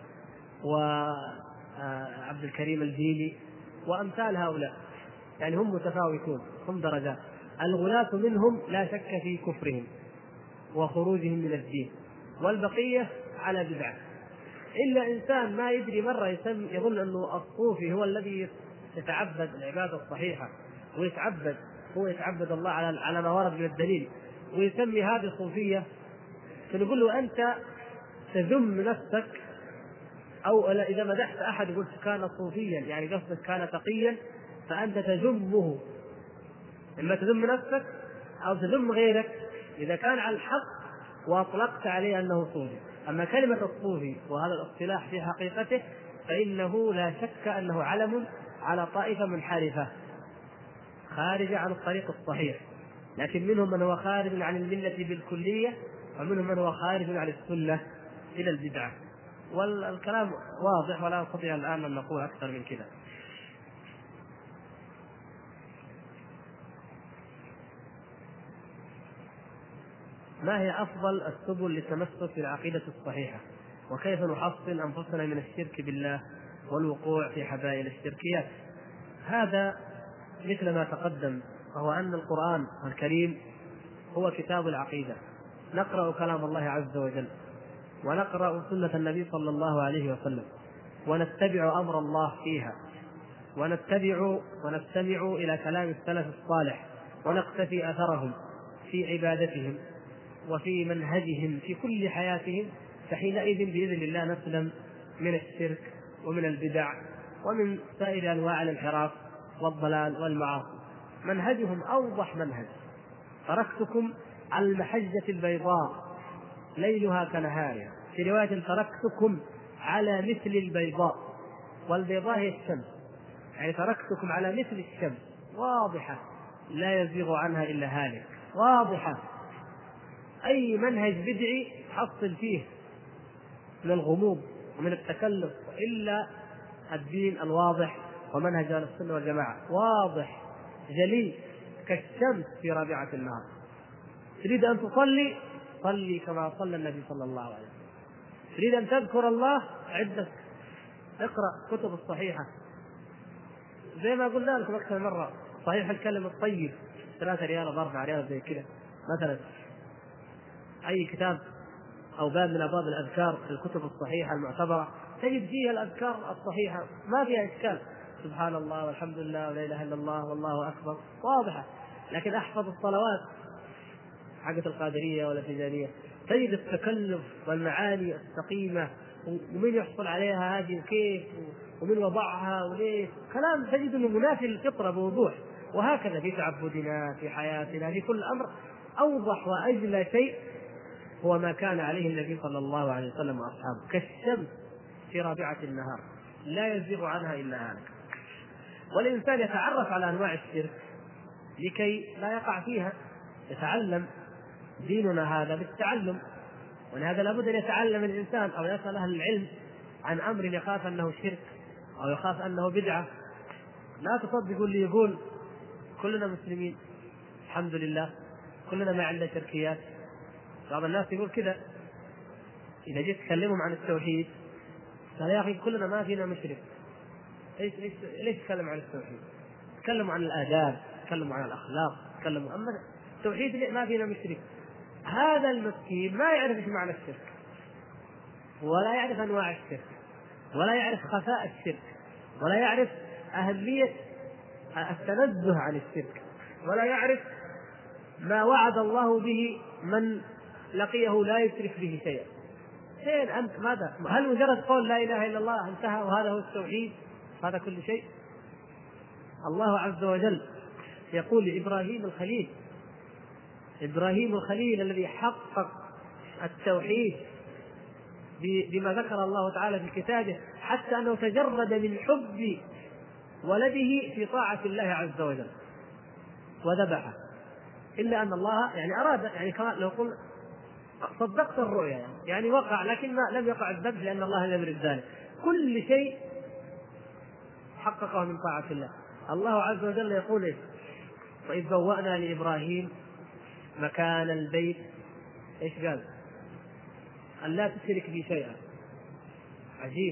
وعبد الكريم الجيلي وأمثال هؤلاء. يعني هم متفاوتون، هم درجات. الغلاة منهم لا شك في كفرهم وخروجهم من الدين، والبقية على بدعة. إلا إنسان ما يدري مرة يسمي يظن أنه الصوفي هو الذي يتعبد العبادة الصحيحة ويتعبد هو يتعبد الله على على ما ورد من الدليل ويسمي هذه صوفية، فنقول له أنت تذم نفسك، أو إذا مدحت أحد قلت كان صوفيا يعني قصدك كان تقيا، فأنت تذمه. إما تذم نفسك أو تذم غيرك إذا كان على الحق وأطلقت عليه أنه صوفي. أما كلمة الصوفي وهذا الاصطلاح في حقيقته فإنه لا شك أنه علم على طائفة منحرفة خارجة عن الطريق الصحيح، لكن منهم من هو خارج عن الملة بالكلية، ومنهم من هو خارج عن السنة إلى البدعة. والكلام واضح ولا نستطيع الآن أن نقول أكثر من كذا. ما هي أفضل السبل للتمسك بالعقيدة الصحيحة؟ وكيف نحصن أنفسنا من الشرك بالله والوقوع في حبائل الشركيات؟ هذا مثل ما تقدم، وهو أن القرآن الكريم هو كتاب العقيدة. نقرأ كلام الله عز وجل، ونقرأ سنة النبي صلى الله عليه وسلم، ونتبع أمر الله فيها، ونتبع ونستمع إلى كلام السلف الصالح، ونقتفي أثرهم في عبادتهم وفي منهجهم في كل حياتهم. فحينئذ بإذن الله نسلم من الشرك ومن البدع ومن سائر أنواع الانحراف والضلال والمعاصي. منهجهم أوضح منهج: تركتكم على المحجة البيضاء ليلها كنهارها، في رواية تركتكم على مثل البيضاء، والبيضاء هي الشمس، يعني تركتكم على مثل الشمس واضحة لا يزيغ عنها إلا هالك، واضحة. أي منهج بدعي حصل فيه من الغموض ومن التكلف إلا الدين الواضح ومنهج أهل السنة والجماعة واضح جلي كالشمس في رابعة النهار. تريد أن تصلي صلي كما صلى النبي صلى الله عليه وسلم. تريد أن تذكر الله عدك اقرأ كتب الصحيحة، زي ما قلنا لكم أكثر مرة، صحيح الكلم الطيب ثلاثة ريال أربعة ريال زي كده مثلا. أي كتاب أو باب من أبواب الأذكار في الكتب الصحيحة المعتبرة تجد فيها الأذكار الصحيحة ما فيها إشكال، سبحان الله والحمد لله ولا إله إلا الله والله أكبر، واضحة. لكن أحفظ الصلوات حقة القادرية ولا التجانية تجد التكلف والمعاني السقيمة، ومن يحصل عليها هذه وكيف ومن وضعها وليش، كلام تجد أنه منافي للفطرة بوضوح. وهكذا في تعبدنا في حياتنا في كل أمر أوضح وأجلى شيء هو ما كان عليه النبي صلى الله عليه وسلم وأصحابه، كالشمس في رابعة النهار لا يزيغ عنها إلا هالك. والإنسان يتعرف على أنواع الشرك لكي لا يقع فيها، يتعلم ديننا هذا بالتعلم، ولهذا لابد أن يتعلم الإنسان أو يسأل أهل العلم عن أمر يخاف أنه شرك أو يخاف أنه بدعة. لا تصدقوا اللي يقول كلنا مسلمين الحمد لله كلنا ما عندنا شركيات. بعض الناس يقول كذا إذا جيت تكلمهم عن التوحيد قال يا أخي كلنا ما فينا مشرك. ليش ليش ليش تكلم عن التوحيد؟ تكلموا عن الآداب، تكلموا عن الأخلاق، تكلموا أما التوحيد ما فينا مشرك. هذا المسكين ما يعرف ايش معنى الشرك، ولا يعرف أنواع الشرك، ولا يعرف خفاء الشرك، ولا يعرف أهمية التنزه عن الشرك، ولا يعرف ما وعد الله به من لقيه لا يشرك به شيئا. فين أنت؟ ماذا؟ هل مجرد قول لا إله إلا الله انتهى وهذا هو التوحيد؟ هذا كل شيء؟ الله عز وجل يقول لإبراهيم الخليل، إبراهيم الخليل الذي حقق التوحيد بما ذكر الله تعالى في كتابه، حتى أنه تجرد من حب ولده في طاعة الله عز وجل وذبحه، إلا أن الله يعني أراد، يعني كما لو قلنا صدقت الرؤيا يعني, يعني وقع، لكن ما لم يقع الذبح لأن الله لم يرد ذلك. كل شيء حققه من طاعة الله. الله عز وجل يقول إيه؟ وإذ بوأنا لإبراهيم مكان البيت، إيش قال؟ أن لا تشرك بي شيئا. عجيب،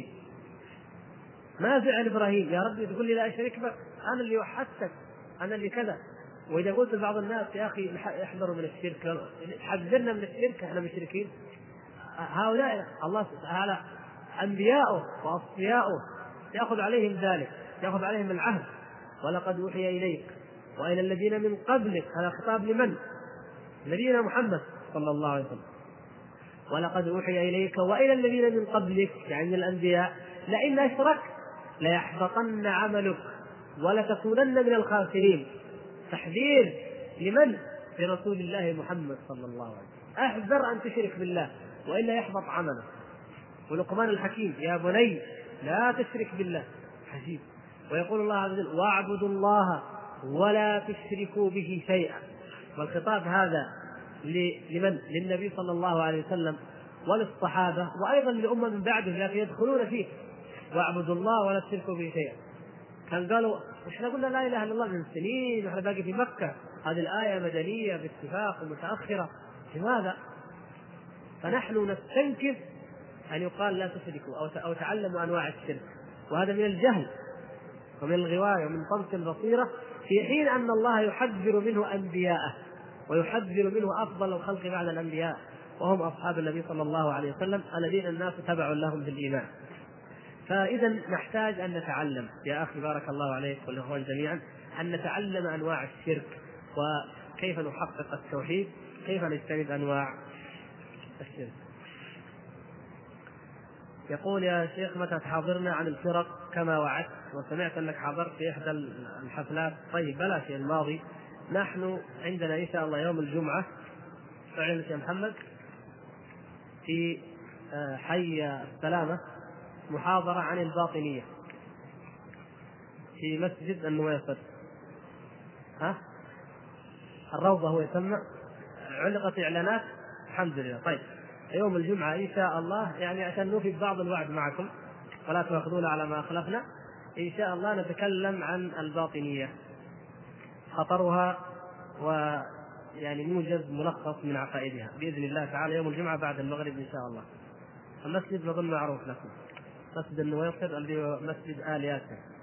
ما زعل إبراهيم يا ربي تقول لي لا أشرك بك، أنا اللي وحدتك، أنا اللي كذا. وإذا قلت لبعض الناس يا أخي احذروا من الشرك، حذرنا من الشرك، احنا مشركين. هؤلاء الله تعالى أنبياؤه وأصفياؤه يأخذ عليهم ذلك، يأخذ عليهم العهد. ولقد أوحي إليك وإلى الذين من قبلك، هذا خطاب لمن؟ نبينا محمد صلى الله عليه وسلم. ولقد أوحي إليك وإلى الذين من قبلك يعني الأنبياء لئن أشركت ليحبطن عملك ولتكونن من الخاسرين. تحذير لمن؟ لرسول الله محمد صلى الله عليه وسلم، احذر أن تشرك بالله وإلا يحبط عملك. ولقمان الحكيم يا بني لا تشرك بالله. عجيب. ويقول الله عز وجل واعبدوا الله ولا تشركوا به شيئا. والخطاب هذا لمن؟ للنبي صلى الله عليه وسلم وللصحابة وأيضا لأمة من بعده لكن يدخلون فيه. واعبدوا الله ولا تشركوا به شيئا. كان قالوا احنا قلنا لا إله إلا الله من سنين واحنا باقي في مكة، هذه الآية مدنية باتفاق ومتأخرة، لماذا؟ فنحن نستنكف أن يقال لا تشركوا أو تعلموا أنواع الشرك، وهذا من الجهل ومن الغواية ومن طمس البصيرة، في حين أن الله يحذر منه أنبياءه ويحذر منه أفضل الخلق بعد الأنبياء وهم أصحاب النبي صلى الله عليه وسلم الذين الناس تبع لهم بالإيمان. فإذا نحتاج أن نتعلم يا أخي بارك الله عليك والإخوان جميعا أن نتعلم أنواع الشرك وكيف نحقق التوحيد، كيف نجتنب أنواع الشرك. يقول يا شيخ متى تحاضرنا عن الفرق كما وعدت؟ وسمعت أنك حضرت في إحدى الحفلات. طيب بلا شيء الماضي، نحن عندنا إن شاء الله يوم الجمعة فعلا يا محمد في حي السلامة محاضرة عن الباطنية في مسجد النويصر، ها الروضة هو يسمى، علقت إعلانات الحمد لله. طيب يوم الجمعة إن شاء الله يعني عشان نوفي ببعض الوعد معكم ولا تأخذونا على ما أخلفنا، إن شاء الله نتكلم عن الباطنية، خطرها ويعني موجز ملخص من عقائدها بإذن الله تعالى يوم الجمعة بعد المغرب إن شاء الله. المسجد نظن معروف لكم، مسجد النويصر الذي هو مسجد آل ياسر.